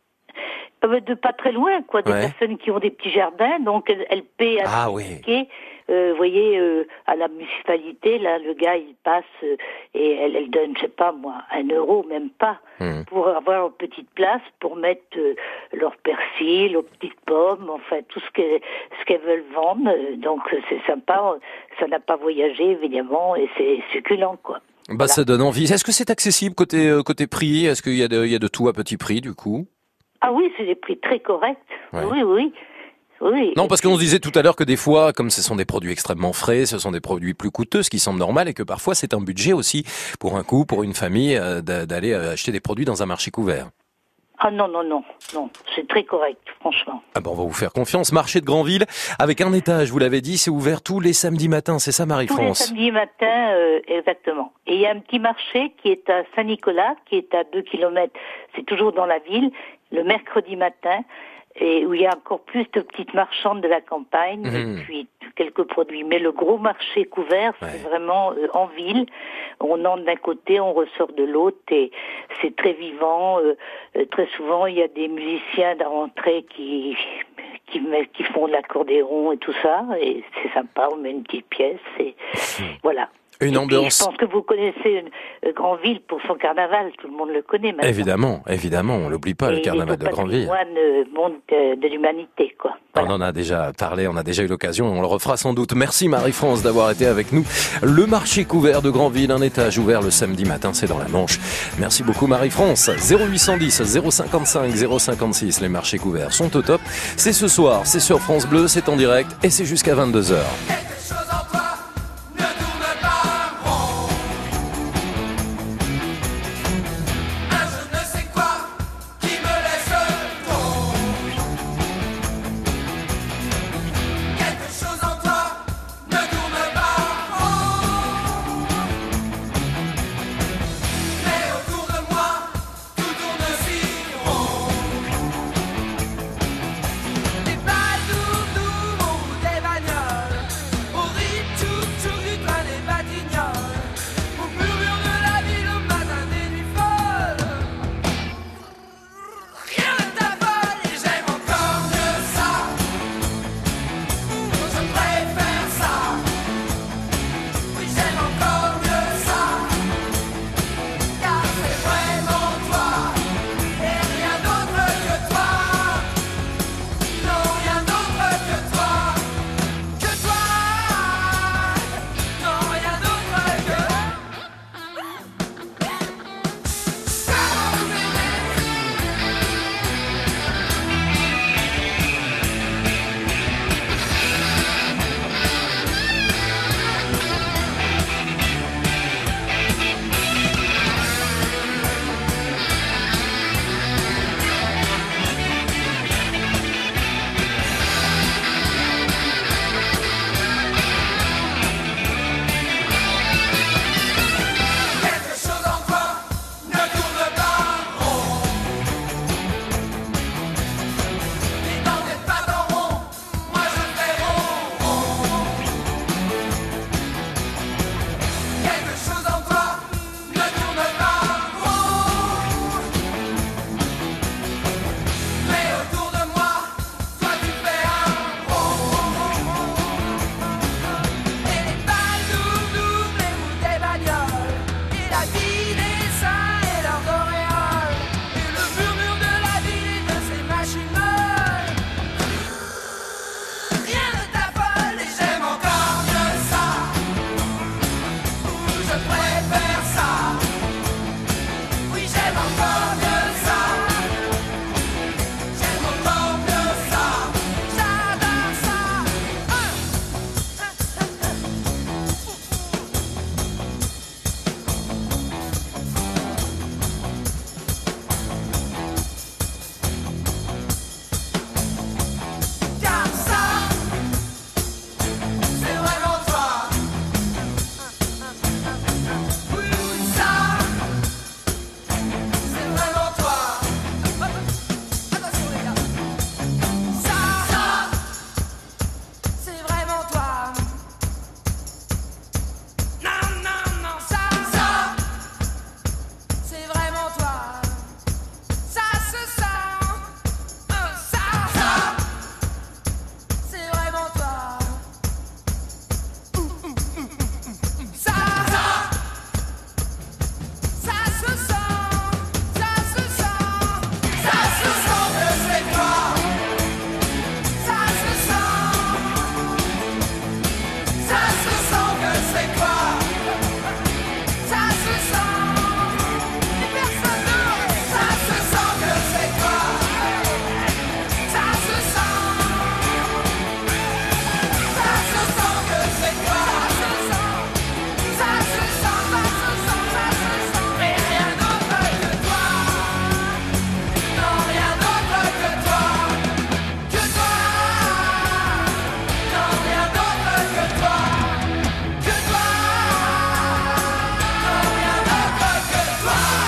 De pas très loin, quoi, des ouais. personnes qui ont des petits jardins, donc elles, elles paient à ah, oui. euh, vous voyez, euh, à la municipalité, là, le gars, il passe euh, et elle, elle donne, je sais pas moi, un euro, même pas, mmh. pour avoir une petite place, pour mettre euh, leur persil, leurs petites pommes, enfin, tout ce qu'elles, ce qu'elles veulent vendre, donc c'est sympa, ça n'a pas voyagé, évidemment, et c'est succulent, quoi. Bah, voilà. Ça donne envie. Est-ce que c'est accessible côté, euh, côté prix? Est-ce qu'il y a de, il y a de tout à petit prix, du coup? Ah oui, c'est des prix très corrects. Ouais. Oui, oui. Oui. Non, parce qu'on se disait tout à l'heure que des fois, comme ce sont des produits extrêmement frais, ce sont des produits plus coûteux, ce qui semble normal, et que parfois c'est un budget aussi pour un couple, pour une famille, euh, d'aller acheter des produits dans un marché couvert. Ah non, non, non, non, c'est très correct, franchement. Ah ben on va vous faire confiance. Marché de Granville, avec un étage, vous l'avez dit, c'est ouvert tous les samedis matins, c'est ça Marie-France? Tous les samedis matins, euh, exactement. Et il y a un petit marché qui est à Saint-Nicolas, qui est à deux kilomètres, c'est toujours dans la ville, le mercredi matin, et où il y a encore plus de petites marchandes de la campagne, mmh. et puis quelques produits. Mais le gros marché couvert, c'est ouais. vraiment euh, en ville. On entre d'un côté, on ressort de l'autre, et c'est très vivant. Euh, euh, très souvent, il y a des musiciens à l'entrée qui, qui, qui font de l'accordéon et tout ça, et c'est sympa, on met une petite pièce, et mmh. voilà. Une et ambiance. Puis, je pense que vous connaissez euh, Granville pour son carnaval, tout le monde le connaît maintenant. Évidemment, évidemment, on l'oublie pas, et le carnaval de Granville. Le monde de, de l'humanité, quoi. Voilà. On en a déjà parlé, on a déjà eu l'occasion, on le refera sans doute. Merci Marie-France d'avoir été avec nous. Le marché couvert de Granville, un étage ouvert le samedi matin, c'est dans la Manche. Merci beaucoup Marie-France. zéro huit cent dix, zéro cinquante-cinq, zéro cinquante-six, les marchés couverts sont au top. C'est ce soir, c'est sur France Bleu, c'est en direct et c'est jusqu'à vingt-deux heures.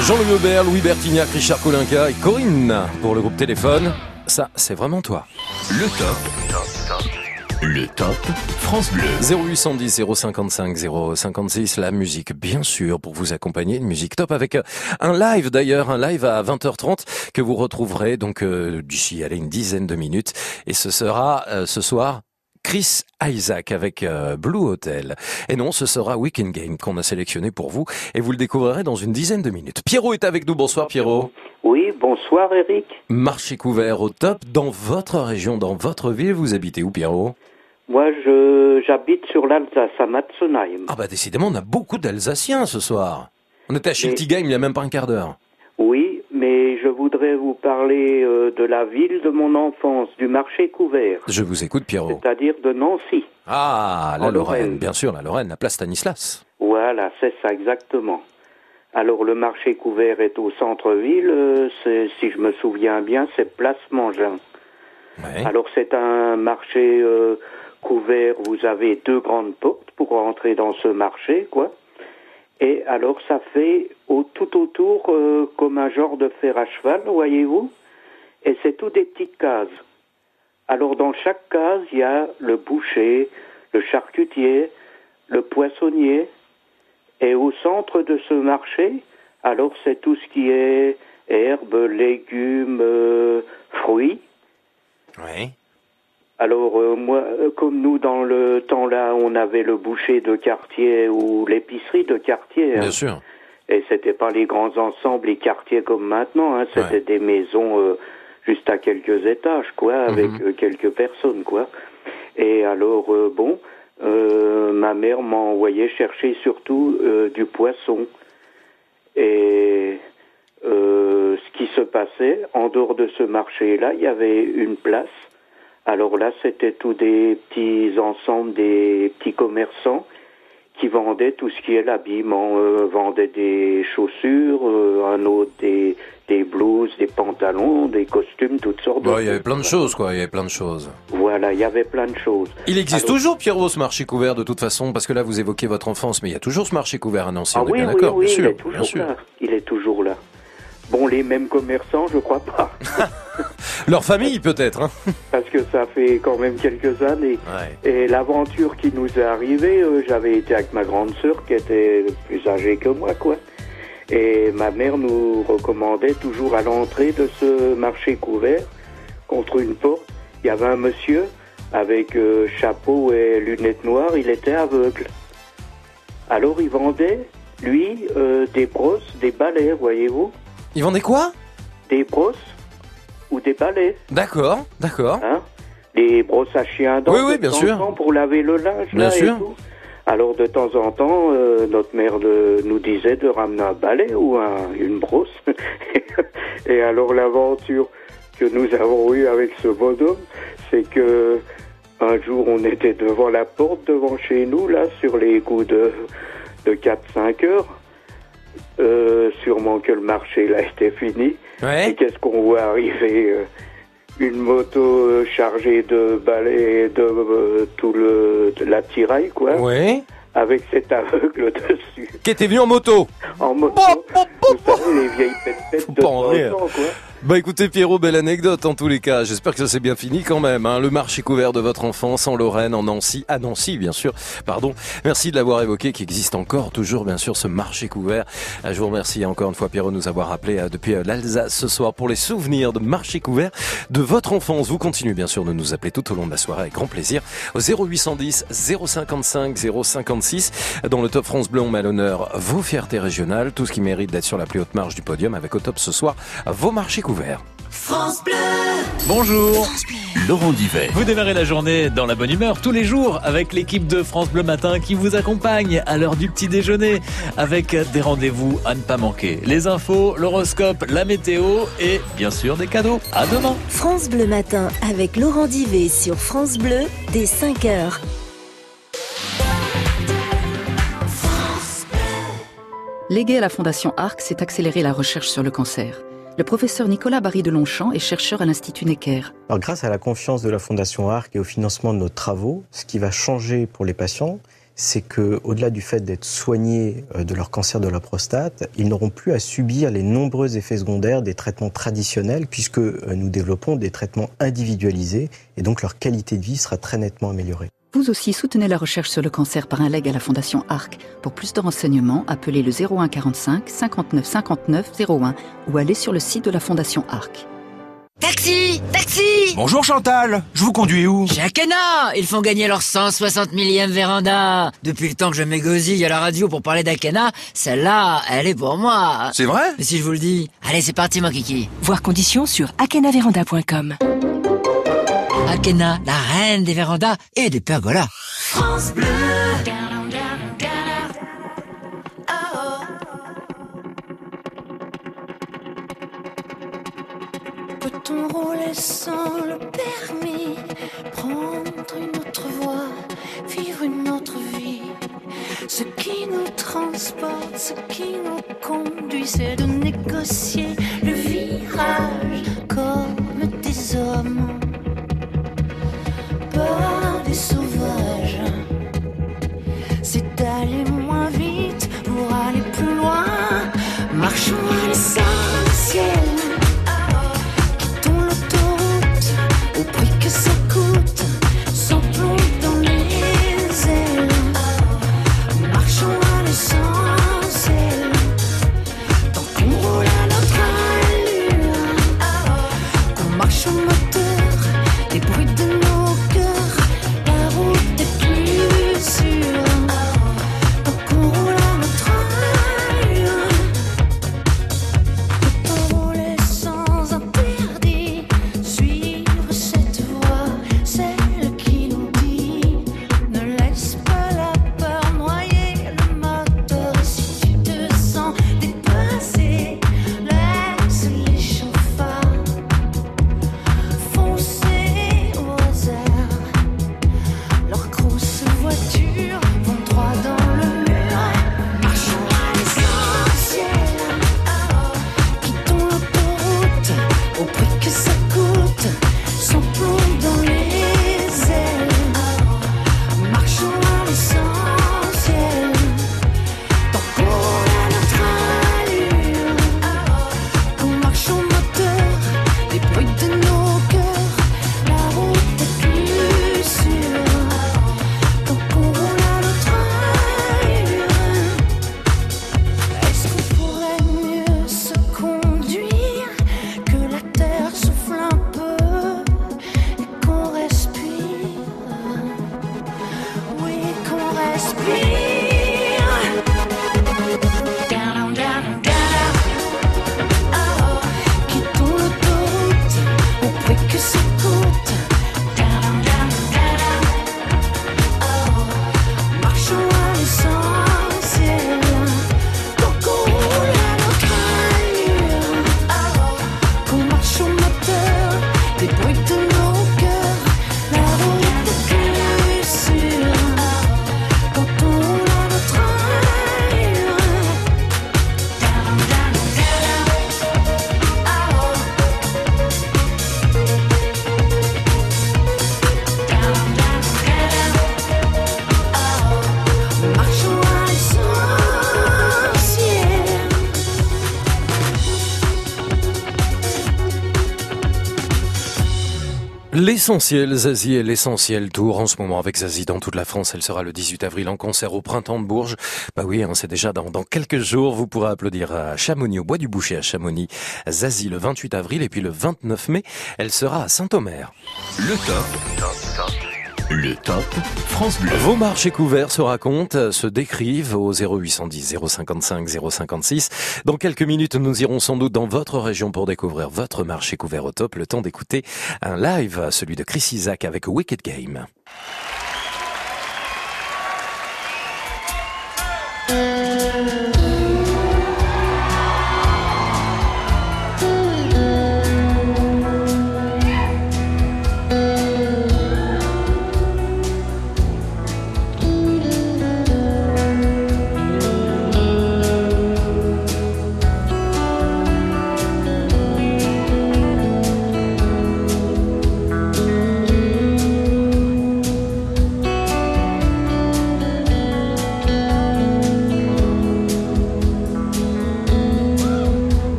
Jean-Louis Aubert, Louis Bertignac, Richard Kolinka et Corinne pour le groupe Téléphone. Ça, c'est vraiment toi. Le top. Le top France Bleu. zéro huit cent dix, zéro cinquante-cinq, zéro cinquante-six, la musique bien sûr pour vous accompagner, une musique top avec un live d'ailleurs, un live à vingt heures trente que vous retrouverez donc euh, d'ici allez, une dizaine de minutes et ce sera euh, ce soir Chris Isaak avec euh, Blue Hotel. Et non, ce sera Weekend Game qu'on a sélectionné pour vous et vous le découvrirez dans une dizaine de minutes. Pierrot est avec nous, bonsoir Pierrot. Oui, bonsoir Eric. Marché couvert au top dans votre région, dans votre ville, vous habitez où Pierrot ? Moi, je j'habite sur l'Alsace, à Matzenheim. Ah bah décidément, on a beaucoup d'Alsaciens ce soir. On était à Schiltigheim il n'y a même pas un quart d'heure. Oui, mais je voudrais vous parler euh, de la ville de mon enfance, du marché couvert. Je vous écoute Pierrot. C'est-à-dire de Nancy. Ah, la en Lorraine, Lorraine. bien sûr, la Lorraine, la place Stanislas. Voilà, c'est ça exactement. Alors le marché couvert est au centre-ville, euh, c'est, si je me souviens bien, c'est place Mangin. Ouais. Alors c'est un marché euh, couvert, vous avez deux grandes portes pour rentrer dans ce marché, quoi. Et alors ça fait au, tout autour euh, comme un genre de fer à cheval, voyez-vous. Et c'est tout des petites cases. Alors dans chaque case, il y a le boucher, le charcutier, le poissonnier. Et au centre de ce marché, alors c'est tout ce qui est herbes, légumes, euh, fruits. Oui. Alors euh, moi, euh, comme nous dans le temps là, on avait le boucher de quartier ou l'épicerie de quartier. Bien hein. sûr. Et c'était pas les grands ensembles, les quartiers comme maintenant. Hein. C'était ouais. des maisons euh, juste à quelques étages, quoi, avec mm-hmm. euh, quelques personnes, quoi. Et alors euh, bon, euh, ma mère m'a envoyé chercher surtout euh, du poisson. Et euh, ce qui se passait en dehors de ce marché-là, il y avait une place. Alors là, c'était tous des petits ensembles, des petits commerçants qui vendaient tout ce qui est l'habillement, euh, vendaient des chaussures, euh, un autre des, des blouses, des pantalons, des costumes, toutes sortes bon, de il y avait plein de choses, quoi, il y avait plein de choses. Voilà, il y avait plein de choses. Il existe Alors, toujours, Pierrot, ce marché couvert, de toute façon, parce que là, vous évoquez votre enfance, mais il y a toujours ce marché couvert à Nancy, ah on est oui, bien oui, d'accord, oui, bien il sûr, est toujours bien sûr. là. Il est toujours là. Bon, les mêmes commerçants, je crois pas. Leur famille, peut-être, hein. Parce que ça fait quand même quelques années. Ouais. Et l'aventure qui nous est arrivée, euh, j'avais été avec ma grande sœur qui était plus âgée que moi, quoi. Et ma mère nous recommandait toujours à l'entrée de ce marché couvert, contre une porte, il y avait un monsieur avec euh, chapeau et lunettes noires, il était aveugle. Alors il vendait, lui, euh, des brosses, des balais, voyez-vous. Il vendait quoi ? Des brosses ou des balais. D'accord, d'accord. Hein ? Les brosses à chien à dents, oui, oui, de bien temps sûr. en temps pour laver le linge. Bien là, sûr. Et tout. Alors de temps en temps, euh, notre mère de, nous disait de ramener un balai ou un, une brosse. Et alors l'aventure que nous avons eue avec ce bonhomme, c'est que un jour on était devant la porte, devant chez nous, là, sur les coups de, de quatre cinq heures. Euh, sûrement que le marché là était fini. Ouais. Et qu'est-ce qu'on voit arriver euh, une moto euh, chargée de balais et de euh, tout le de la tiraille, quoi. Ouais. Avec cet aveugle dessus. Qui était venu en moto. En moto. Bon, bon, bon, Vous savez, les vieilles pètes-pètes de pas en rire. temps, quoi. Bah écoutez Pierrot, belle anecdote en tous les cas. J'espère que ça s'est bien fini quand même. Hein. Le marché couvert de votre enfance en Lorraine, en Nancy, à Nancy bien sûr. Pardon. Merci de l'avoir évoqué, qui existe encore toujours bien sûr ce marché couvert. Je vous remercie encore une fois Pierrot de nous avoir appelé euh, depuis euh, l'Alsace ce soir pour les souvenirs de marché couvert de votre enfance. Vous continuez bien sûr de nous appeler tout au long de la soirée avec grand plaisir au zéro huit cent dix, zéro cinquante-cinq, zéro cinquante-six. Dans le Top France Bleu, on met à l'honneur vos fiertés régionales, tout ce qui mérite d'être sur la plus haute marche du podium avec au top ce soir vos marchés couverts. France Bleu. Bonjour, Laurent Divet. Vous démarrez la journée dans la bonne humeur tous les jours avec l'équipe de France Bleu Matin qui vous accompagne à l'heure du petit déjeuner avec des rendez-vous à ne pas manquer. Les infos, l'horoscope, la météo et bien sûr des cadeaux. À demain. France Bleu Matin avec Laurent Divet sur France Bleu dès cinq heures. Légué à la Fondation Arc, c'est accélérer la recherche sur le cancer. Le professeur Nicolas Barry de Longchamp est chercheur à l'Institut Necker. Alors, grâce à la confiance de la Fondation Arc et au financement de nos travaux, ce qui va changer pour les patients, c'est qu'au-delà du fait d'être soignés de leur cancer de la prostate, ils n'auront plus à subir les nombreux effets secondaires des traitements traditionnels, puisque nous développons des traitements individualisés, et donc leur qualité de vie sera très nettement améliorée. Vous aussi soutenez la recherche sur le cancer par un leg à la Fondation A R C. Pour plus de renseignements, appelez le zéro un quarante-cinq cinquante-neuf cinquante-neuf zéro un ou allez sur le site de la Fondation A R C. Taxi! Taxi! Bonjour Chantal, je vous conduis où? Chez Akena! Ils font gagner leur cent soixante millième véranda. Depuis le temps que je m'égosille à la radio pour parler d'Akena, celle-là, elle est pour moi. C'est vrai? Mais si je vous le dis. Allez, c'est parti, mon kiki. Voir conditions sur akenavéranda point com. Akena, la reine des vérandas et des pergolas. France Bleu. Peut-on rouler sans le permis, prendre une autre voie, vivre une autre vie? Ce qui nous transporte, ce qui nous conduit, c'est de négocier le virage comme des hommes, pas des sauvages. C'est d'aller moins vite pour aller plus loin, marchons à l'essentiel. Au prix que ça coûte, sans plomb dans les ailes. Marchons à l'essentiel, tant qu'on roule à notre allure, qu'on marche au moteur, les bruits de nos cœurs, la route est plus sûre, tant qu'on roule à notre allure. Peut-on rouler sans interdit, suivre cette voie, celle qui nous dit ne laisse pas la peur noyer le moteur. Et si tu te sens dépassé, laisse les chauffards foncer au hasard. Leurs grosses voitures vont droit dans le mur. Marchons à l'essentiel, quittons l'autoroute au prix que ça coûte, sans plomb dans les ailes. Marchons à l'essentiel, tant qu'on a notre allure, qu'on marche au moteur, les bruits de nos cœurs, la route est plus sûre, tant qu'on roule à notre allure. Est-ce qu'on pourrait mieux se conduire, que la terre souffle un peu et qu'on respire? Oui, qu'on respire. Down, down, down. Oh, quittons l'autoroute au prix que ça coûte. Down, down, down. Oh, marchons à l'essentiel, tant qu'on roule à notre allure, qu'on marche au moteur, des bruits de nos cœurs, la route est plus sûre, quand on roule à notre allure. Down, down, down. Oh. Down, down, down. Oh. Marchons à l'essentiel. L'essentiel, Zazie est l'essentiel tour en ce moment avec Zazie dans toute la France. Elle sera le dix-huit avril en concert au Printemps de Bourges. Bah oui, hein, c'est déjà dans, dans quelques jours. Vous pourrez applaudir à Chamonix, au Bois du Boucher à Chamonix. Zazie le vingt-huit avril et puis le vingt-neuf mai, elle sera à Saint-Omer. Le top. Le top France Bleu. Vos marchés couverts se racontent, se décrivent au zéro huit cent dix zéro cinquante-cinq zéro cinquante-six. Dans quelques minutes, nous irons sans doute dans votre région pour découvrir votre marché couvert au top. Le temps d'écouter un live, celui de Chris Isaak avec Wicked Game.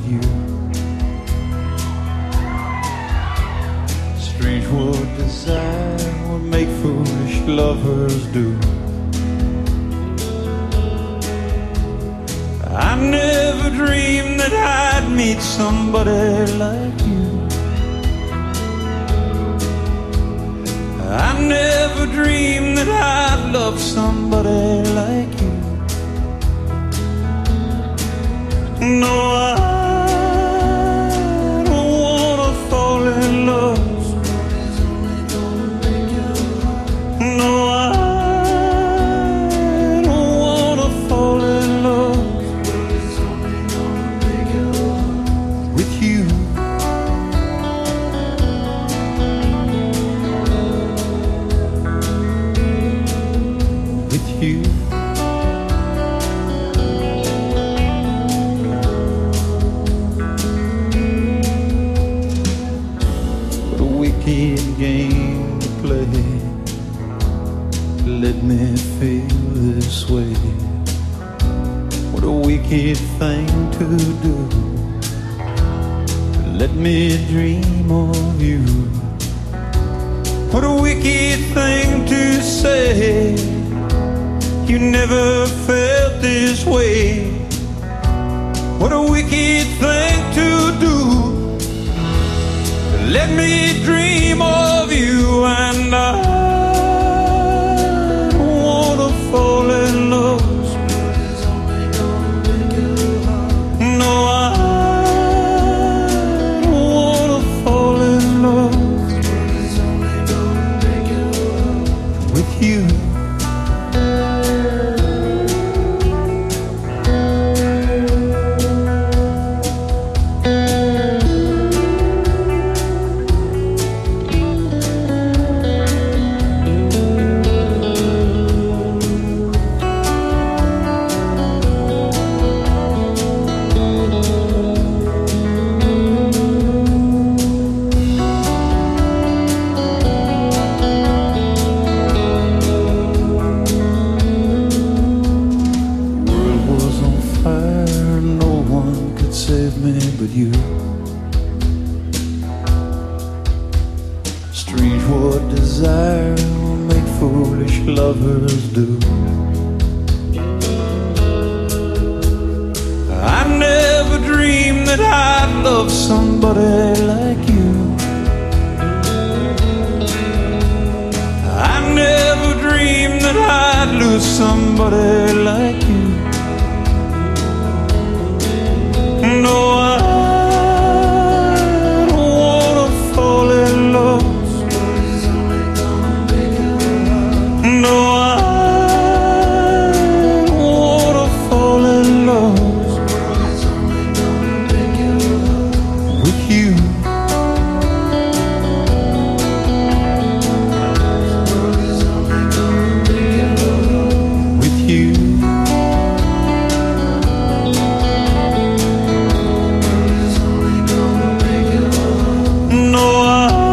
you. Strange what desire will make foolish lovers do. I never dreamed that I'd meet somebody like you. I never dreamed that I'd love somebody like you. No, I don't wanna fall in love. No, I don't wanna fall in love with you. With you. What a wicked game to play. Let me feel this way. What a wicked thing to do. Let me dream of you. What a wicked thing to say. You never felt this way. What a wicked thing to do. Let me dream of you, and I don't wanna fall in love. No, I don't wanna fall in love with you. Lovers do. I never dreamed that I'd love somebody like you. I never dreamed that I'd lose somebody like you. No, I don't wanna fall in love. No, I don't wanna fall in love with you. With you. No, I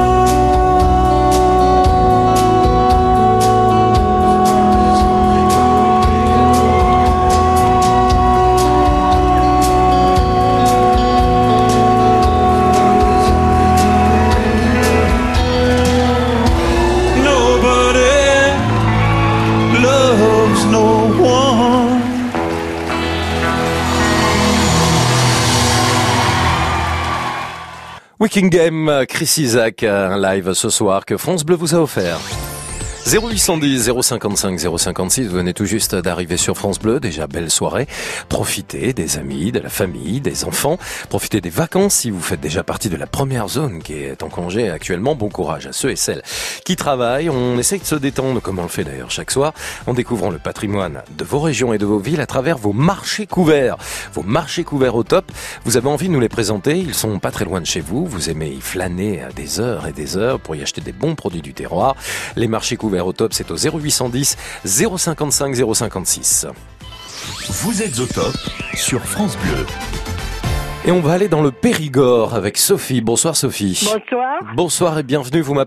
Wiking Game, Chris Isaak, un live ce soir que France Bleu vous a offert. zéro huit cent dix, zéro cinquante-cinq, zéro cinquante-six, vous venez tout juste d'arriver sur France Bleu, déjà belle soirée. Profitez des amis, de la famille, des enfants. Profitez des vacances si vous faites déjà partie de la première zone qui est en congé actuellement. Bon courage à ceux et celles qui travaillent. On essaye de se détendre, comme on le fait d'ailleurs chaque soir, en découvrant le patrimoine de vos régions et de vos villes à travers vos marchés couverts. Vos marchés couverts au top. Vous avez envie de nous les présenter, ils sont pas très loin de chez vous. Vous aimez y flâner à des heures et des heures pour y acheter des bons produits du terroir. Les marchés couverts au top, c'est au zéro huit cent dix, zéro cinquante-cinq, zéro cinquante-six. Vous êtes au top sur France Bleu. Et on va aller dans le Périgord avec Sophie. Bonsoir Sophie. Bonsoir. Bonsoir et bienvenue, vous m'appelez d'où ?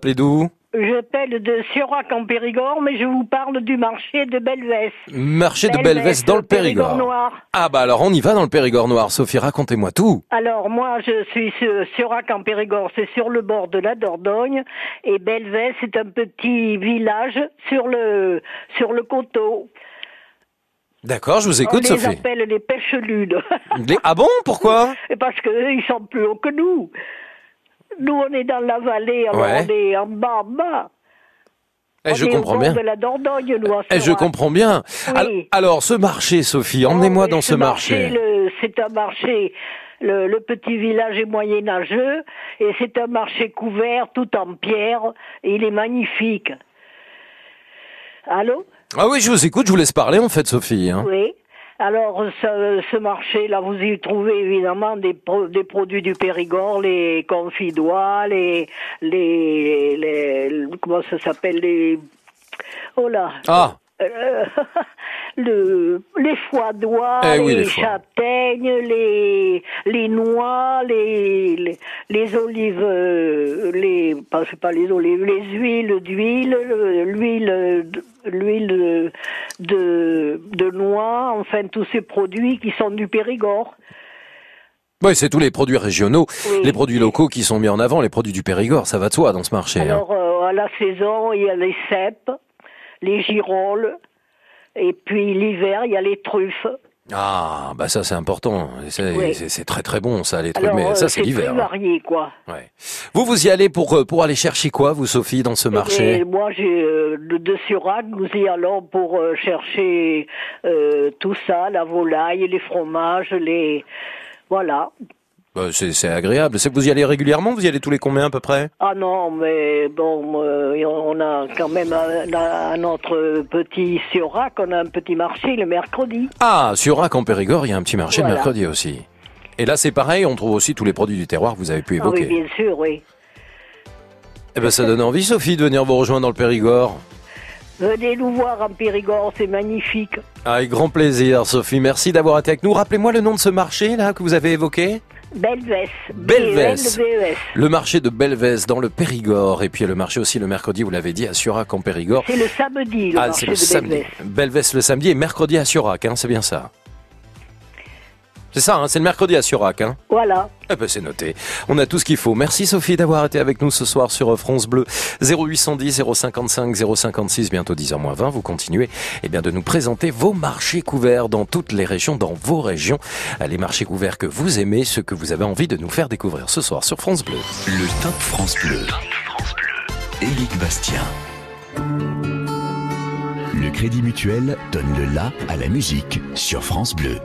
J'appelle de Siorac en Périgord, mais je vous parle du marché de Belvès. Marché de Belvès dans le Périgord. Périgord noir. Ah bah alors on y va dans le Périgord noir. Sophie, racontez-moi tout. Alors moi, je suis sur Siorac en Périgord, c'est sur le bord de la Dordogne, et Belvès, c'est un petit village sur le sur le coteau. D'accord, je vous écoute, on Sophie. On les appelle les pêcheludes. Les... Ah bon, pourquoi? Parce qu'eux, ils sont plus hauts que nous. Nous, on est dans la vallée, alors ouais. on est en bas, en bas. Eh, on je est comprends au bord bien. de la Dordogne, nous, eh, je comprends bien. Oui. Alors, ce marché, Sophie, emmenez-moi oh, dans ce, ce marché. marché le, c'est un marché, le, le petit village est moyenâgeux, et c'est un marché couvert, tout en pierre, et il est magnifique. Allô? Ah oui, je vous écoute, je vous laisse parler, en fait, Sophie. Hein. Oui. Alors, ce, ce marché-là, vous y trouvez évidemment des, pro, des produits du Périgord, les confits d'oie, les, les, les, comment ça s'appelle, les, oh là. Ah. Euh, le, les foies d'oie, eh les, oui, les châtaignes, les, les noix, les, les, les olives, euh, les, pas, c'est pas les olives, les huiles d'huile, l'huile, l'huile de, de noix, enfin tous ces produits qui sont du Périgord. Oui, c'est tous les produits régionaux, oui. les produits locaux qui sont mis en avant, les produits du Périgord, ça va de soi dans ce marché. Alors, hein. euh, à la saison, il y a les cèpes, les girolles, et puis l'hiver, il y a les truffes. Ah, bah ça c'est important, c'est, oui. c'est, c'est très très bon ça, les truffes, Alors, mais ça c'est, c'est l'hiver. C'est varié, quoi. Ouais. Vous, vous y allez pour, pour aller chercher quoi, vous Sophie, dans ce marché? Et moi, j'ai euh, de, de Siorac, nous y allons pour euh, chercher euh, tout ça, la volaille, les fromages, les... Voilà. Bah, c'est, c'est agréable. C'est que vous y allez régulièrement? Vous y allez tous les combien à peu près? Ah non, mais bon, euh, on a quand même à, à notre petit Siorac, on a un petit marché le mercredi. Ah, Siorac en Périgord, il y a un petit marché voilà. le mercredi aussi. Et là c'est pareil, on trouve aussi tous les produits du terroir que vous avez pu évoquer. Ah oui, bien sûr, oui. Eh ben ça donne envie, Sophie, de venir vous rejoindre dans le Périgord. Venez nous voir en Périgord, c'est magnifique. Avec grand plaisir, Sophie. Merci d'avoir été avec nous. Rappelez-moi le nom de ce marché là que vous avez évoqué. Belvès. Belvès. B E L V E S. Le marché de Belvès dans le Périgord. Et puis le marché aussi le mercredi, vous l'avez dit, à Siorac en Périgord. C'est le samedi, le ah, marché c'est le de samedi. Belvès. Belvès le samedi et mercredi à Siorac, hein, c'est bien ça. C'est ça, hein, c'est le mercredi à Siorac. Hein. Voilà. Eh ben c'est noté. On a tout ce qu'il faut. Merci Sophie d'avoir été avec nous ce soir sur France Bleu. zéro huit cent dix, zéro cinquante-cinq, zéro cinquante-six, bientôt dix heures moins vingt. Vous continuez eh bien, de nous présenter vos marchés couverts dans toutes les régions, dans vos régions. Les marchés couverts que vous aimez, ceux que vous avez envie de nous faire découvrir ce soir sur France Bleu. Le Top France Bleu. Éric Bastien. Le Crédit Mutuel donne le la à la musique sur France Bleu.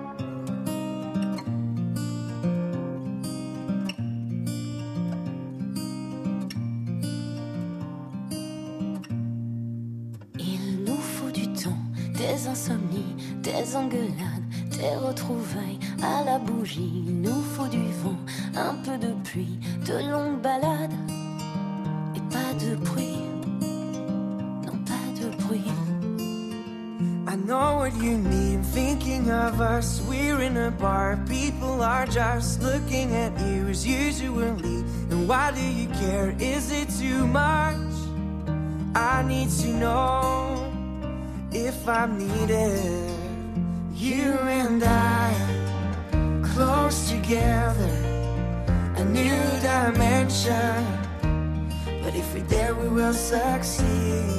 Des insomnies, des engueulades, des retrouvailles à la bougie. Il nous faut du vent, un peu de pluie, de longues balades et pas de bruit. Non, pas de bruit. I know what you mean, thinking of us. We're in a bar, people are just looking at you as usually. And why do you care? Is it too much? I need to know if I'm needed. You and I, close together, a new dimension. But if we're there, we will succeed.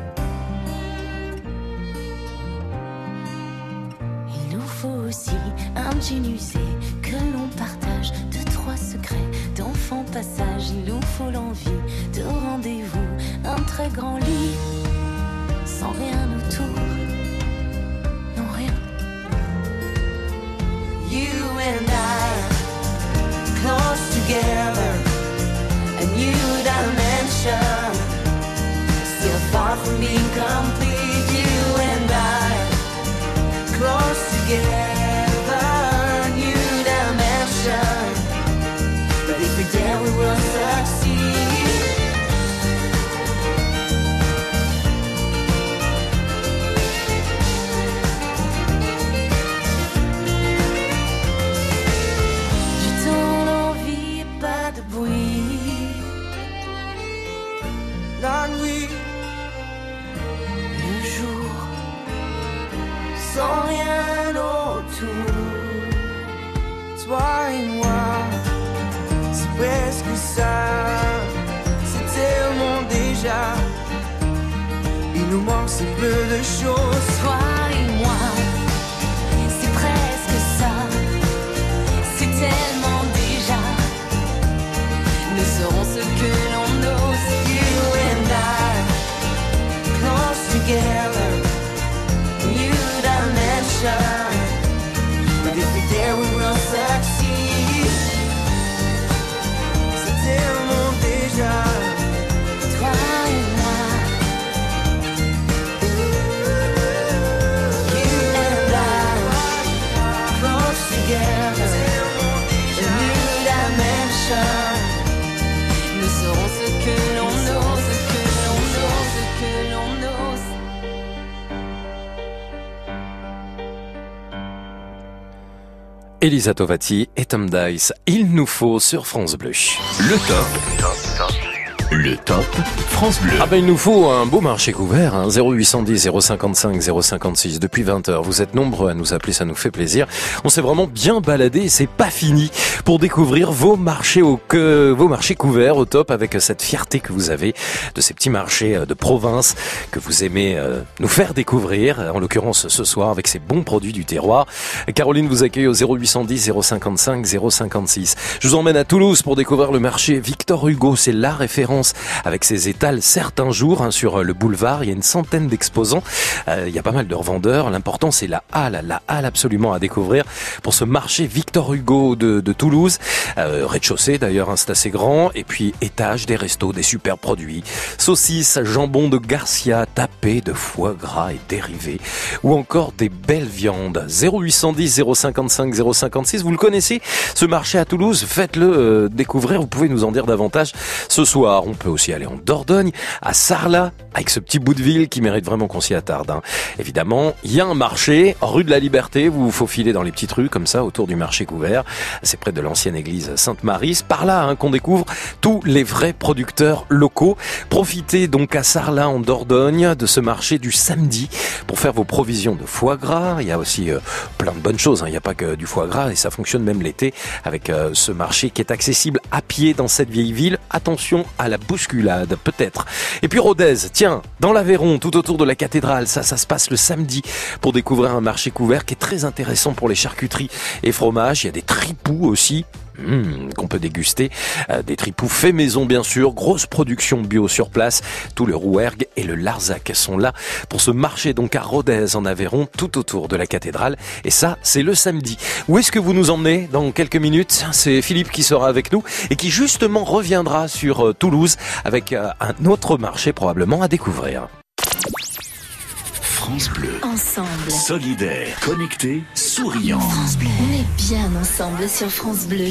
Il nous faut aussi un jean usé que l'on partage, deux, trois secrets d'enfant passage. Il nous faut l'envie de rendez-vous, un très grand lit sans rien autour, non rien. You and I, close together, a new dimension, still far from being complete. You and I, close together, a new dimension, but if we're there we will succeed. sans rien autour. Toi et moi, c'est presque ça, c'est tellement déjà. Il nous manque si peu de choses. Toi et moi, c'est presque ça, c'est tellement déjà. Nous serons ce que l'on ose. You and I, close together, new dimension. But if we're there, we will succeed. C'est tellement déjà. Toi et moi, you and I, close together, a new dimension. nous serons ce que l'on ose, ce que l'on ose, ce que l'on ose. Elisa Tovati et Tom Dice, il nous faut sur France Bleu. Le top. Le top France Bleu. Ah ben il nous faut un beau marché couvert, hein. zéro huit cent dix, zéro cinquante-cinq, zéro cinquante-six depuis vingt heures. Vous êtes nombreux à nous appeler, ça nous fait plaisir. On s'est vraiment bien baladé et c'est pas fini pour découvrir vos marchés au que, vos marchés couverts au top avec cette fierté que vous avez de ces petits marchés de province que vous aimez euh, nous faire découvrir. En l'occurrence ce soir avec ces bons produits du terroir. Caroline vous accueille au zéro huit cent dix, zéro cinquante-cinq, zéro cinquante-six. Je vous emmène à Toulouse pour découvrir le marché Victor Hugo. C'est la référence avec ses étals certains jours hein, sur le boulevard. Il y a une centaine d'exposants. Euh, il y a pas mal de revendeurs. L'important, c'est la halle. La halle absolument à découvrir pour ce marché Victor Hugo de, de Toulouse. Euh, rez-de-chaussée d'ailleurs, hein, c'est assez grand. Et puis étage, des restos, des super produits. Saucisses, jambon de Garcia, tapé de foie gras et dérivés. Ou encore des belles viandes. zéro huit cent dix, zéro cinquante-cinq, zéro cinquante-six. Vous le connaissez, ce marché à Toulouse? Faites-le euh, découvrir. Vous pouvez nous en dire davantage ce soir. On peut aussi aller en Dordogne, à Sarlat, avec ce petit bout de ville qui mérite vraiment qu'on s'y attarde. Hein. Évidemment, il y a un marché, rue de la Liberté, vous vous faufilez dans les petites rues comme ça, autour du marché couvert. C'est près de l'ancienne église Sainte-Marie. C'est par là hein, qu'on découvre tous les vrais producteurs locaux. Profitez donc à Sarlat, en Dordogne, de ce marché du samedi pour faire vos provisions de foie gras. Il y a aussi euh, plein de bonnes choses. Hein. Il n'y a pas que du foie gras et ça fonctionne même l'été avec euh, ce marché qui est accessible à pied dans cette vieille ville. Attention à la bousculade, peut-être. Et puis Rodez, tiens, dans l'Aveyron, tout autour de la cathédrale, ça, ça se passe le samedi pour découvrir un marché couvert qui est très intéressant pour les charcuteries et fromages. Il y a des tripous aussi. Mmh, qu'on peut déguster, euh, des tripous faits maison bien sûr, grosse production bio sur place, tout le Rouergue et le Larzac sont là pour ce marché donc à Rodez en Aveyron, tout autour de la cathédrale, et ça c'est le samedi. Où est-ce que vous nous emmenez dans quelques minutes? C'est Philippe qui sera avec nous et qui justement reviendra sur euh, Toulouse avec euh, un autre marché probablement à découvrir. France Bleu. Ensemble. Solidaire, connecté, souriant. France Bleu. On est bien ensemble sur France Bleu.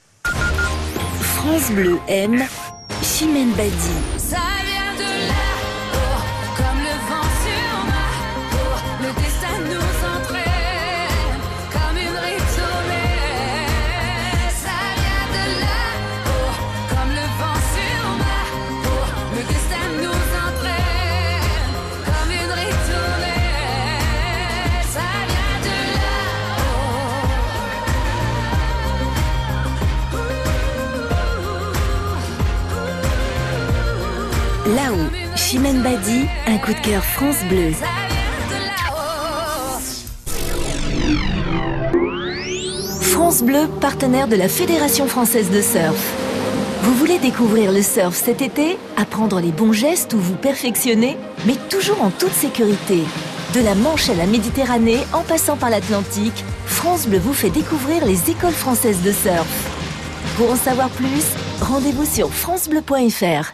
France Bleu aime Chimène Badi. Ça vient de là-haut, comme le vent sur ma peau. Le destin nous entraîne comme une ritournelle. Ça vient de là-haut, comme le vent sur ma peau. Le destin nous entraîne comme une ritournelle. Ça vient de Là-haut, Chimène Badi, un coup de cœur France Bleu. France Bleu, partenaire de la Fédération française de surf. Vous voulez découvrir le surf cet été? Apprendre les bons gestes ou vous perfectionner? Mais toujours en toute sécurité. De la Manche à la Méditerranée, en passant par l'Atlantique, France Bleu vous fait découvrir les écoles françaises de surf. Pour en savoir plus, rendez-vous sur francebleu point f r.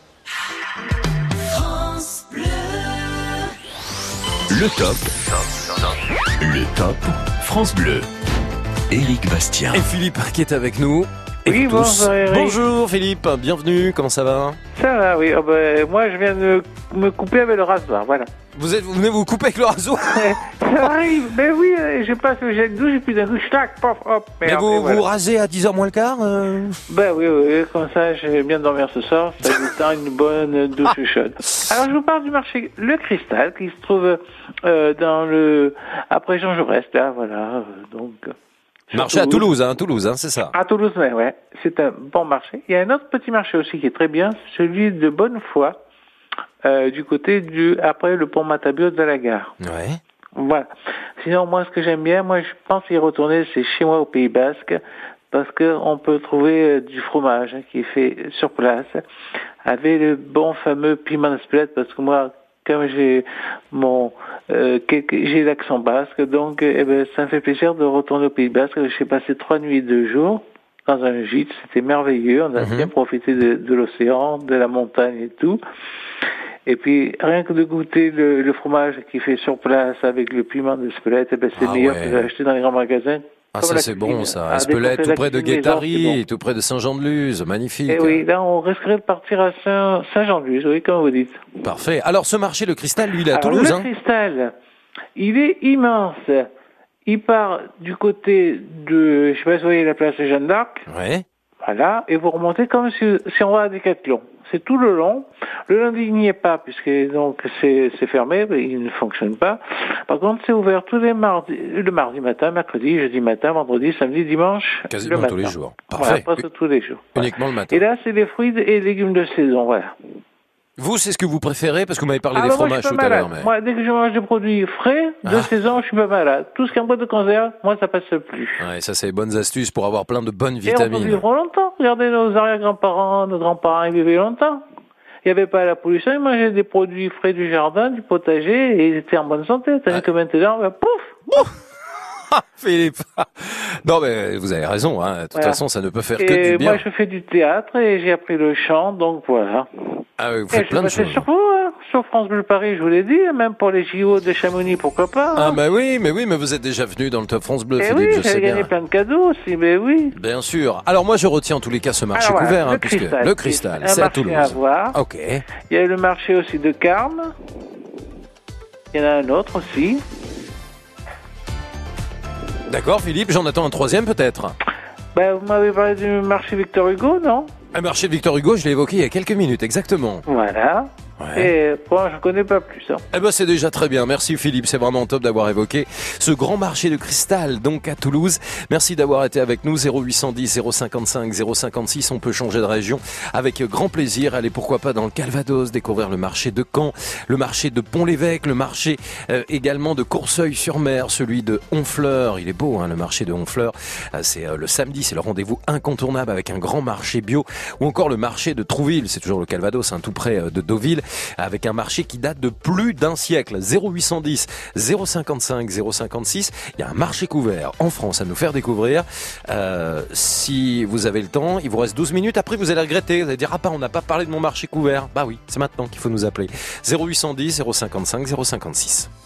Le top. Le top France Bleu. Éric Bastien. Et Philippe qui est avec nous. Et oui, tous. bonjour Eric. Bonjour Philippe, bienvenue, comment ça va? Ça va, oui. Oh ben, moi, je viens de me couper avec le rasoir, voilà. Vous, êtes, vous venez vous couper avec le rasoir? Ça arrive, ben oui, euh, je passe le gel douche et puis d'un coup, tac, paf, hop. Mais merde, vous, et voilà. vous rasez à dix heures moins le quart euh... Ben oui, oui, comme ça, je vais bien dormir ce soir. Ça détend une bonne douche chaude. Alors, je vous parle du marché Le Cristal, qui se trouve euh, dans le... après Jean Jaurès, là, voilà, euh, donc... Marché à Toulouse, hein, Toulouse, hein, c'est ça. À Toulouse, ouais, ouais, c'est un bon marché. Il y a un autre petit marché aussi qui est très bien, celui de Bonnefoy, euh, du côté du, après le pont Matabios de la gare. Ouais. Voilà. Sinon, moi, ce que j'aime bien, moi, je pense y retourner, c'est chez moi au Pays Basque, parce que on peut trouver euh, du fromage hein, qui est fait sur place, avec le bon fameux piment de Spelette, parce que moi, comme j'ai mon euh, quelque, j'ai l'accent basque, donc eh ben, ça me fait plaisir de retourner au Pays Basque. J'ai passé trois nuits et deux jours dans un gîte, c'était merveilleux, on a mmh. bien profité de, de l'océan, de la montagne et tout. Et puis rien que de goûter le, le fromage qui est fait sur place avec le piment de Spelette, eh ben, c'est ah meilleur ouais. que d'acheter dans les grands magasins. Ah ça c'est bon ça, Espelette tout près de Guétary, bon. tout près de Saint-Jean-de-Luz, magnifique. Et oui, là on risquerait de partir à Saint- Saint-Jean-de-Luz, oui, comme vous dites. Parfait. Alors ce marché, le Cristal, lui il est à Alors, Toulouse. Le hein Cristal, il est immense. Il part du côté de, je sais pas si vous voyez la place de Jeanne d'Arc. Ouais. Voilà, et vous remontez comme si, si on va à Décathlon. C'est tout le long. Le lundi, il n'y est pas, puisque donc c'est, c'est fermé, mais il ne fonctionne pas. Par contre, c'est ouvert tous les mardis, le mardi matin, mercredi, jeudi matin, vendredi, samedi, dimanche. Quasiment le matin. tous les jours. Parfait. Voilà, presque tous les jours. Uniquement le matin. Et là, c'est les fruits et légumes de saison, voilà. Vous, c'est ce que vous préférez, parce que vous m'avez parlé ah, des bah, fromages tout malade. à l'heure. Mais... Moi, dès que je mange des produits frais, de ah. saison, je suis pas malade. Tout ce qui est en boîte de conserve, moi, ça passe plus. Ouais, ça, c'est les bonnes astuces pour avoir plein de bonnes et vitamines. Et on peut vivre longtemps. Regardez nos arrière-grands-parents, nos grands-parents, ils vivaient longtemps. Il n'y avait pas la pollution, ils mangeaient des produits frais du jardin, du potager, et ils étaient en bonne santé. Tandis ouais. que maintenant, bah, pouf, pouf. Philippe. Non, mais vous avez raison, hein. De toute voilà. façon, ça ne peut faire et que du bien. Moi, je fais du théâtre et j'ai appris le chant, donc voilà. Ah oui, vous faites et plein de choses. Sur vous, hein, sur France Bleu Paris, je vous l'ai dit, même pour les J O de Chamonix, pourquoi pas. Hein. Ah, bah oui, mais oui, mais vous êtes déjà venu dans le Top France Bleu, et Philippe, oui, je sais bien. J'ai gagné plein de cadeaux aussi, mais oui. Bien sûr. Alors, moi, je retiens en tous les cas ce marché Alors, couvert, voilà, hein, le puisque cristal, le Cristal, un c'est à marché Toulouse. À voir. Ok. Il y a le marché aussi de Carme. Il y en a un autre aussi. D'accord, Philippe, j'en attends un troisième peut-être. Ben, vous m'avez parlé du marché Victor Hugo, non? Un marché de Victor Hugo, je l'ai évoqué il y a quelques minutes, exactement. Voilà. Ouais. Et pour moi, je ne connais pas plus. Hein. Eh ben, c'est déjà très bien. Merci Philippe, c'est vraiment top d'avoir évoqué ce grand marché de Cristal, donc à Toulouse. Merci d'avoir été avec nous. zéro huit cent dix, zéro cinquante-cinq, zéro cinquante-six. On peut changer de région avec grand plaisir. Allez, pourquoi pas dans le Calvados, découvrir le marché de Caen, le marché de Pont-l'Évêque, le marché euh, également de Courceuil-sur-Mer, celui de Honfleur. Il est beau, hein, le marché de Honfleur. Euh, c'est euh, le samedi, c'est le rendez-vous incontournable avec un grand marché bio. Ou encore le marché de Trouville, c'est toujours le Calvados, hein, tout près euh, de Deauville, avec un marché qui date de plus d'un siècle. zéro huit cent dix, zéro cinquante-cinq, zéro cinquante-six. Il y a un marché couvert en France à nous faire découvrir. Euh, si vous avez le temps, il vous reste douze minutes. Après, vous allez regretter. Vous allez dire, ah pas, on n'a pas parlé de mon marché couvert. Bah oui, c'est maintenant qu'il faut nous appeler. zéro huit cent dix, zéro cinquante-cinq, zéro cinquante-six.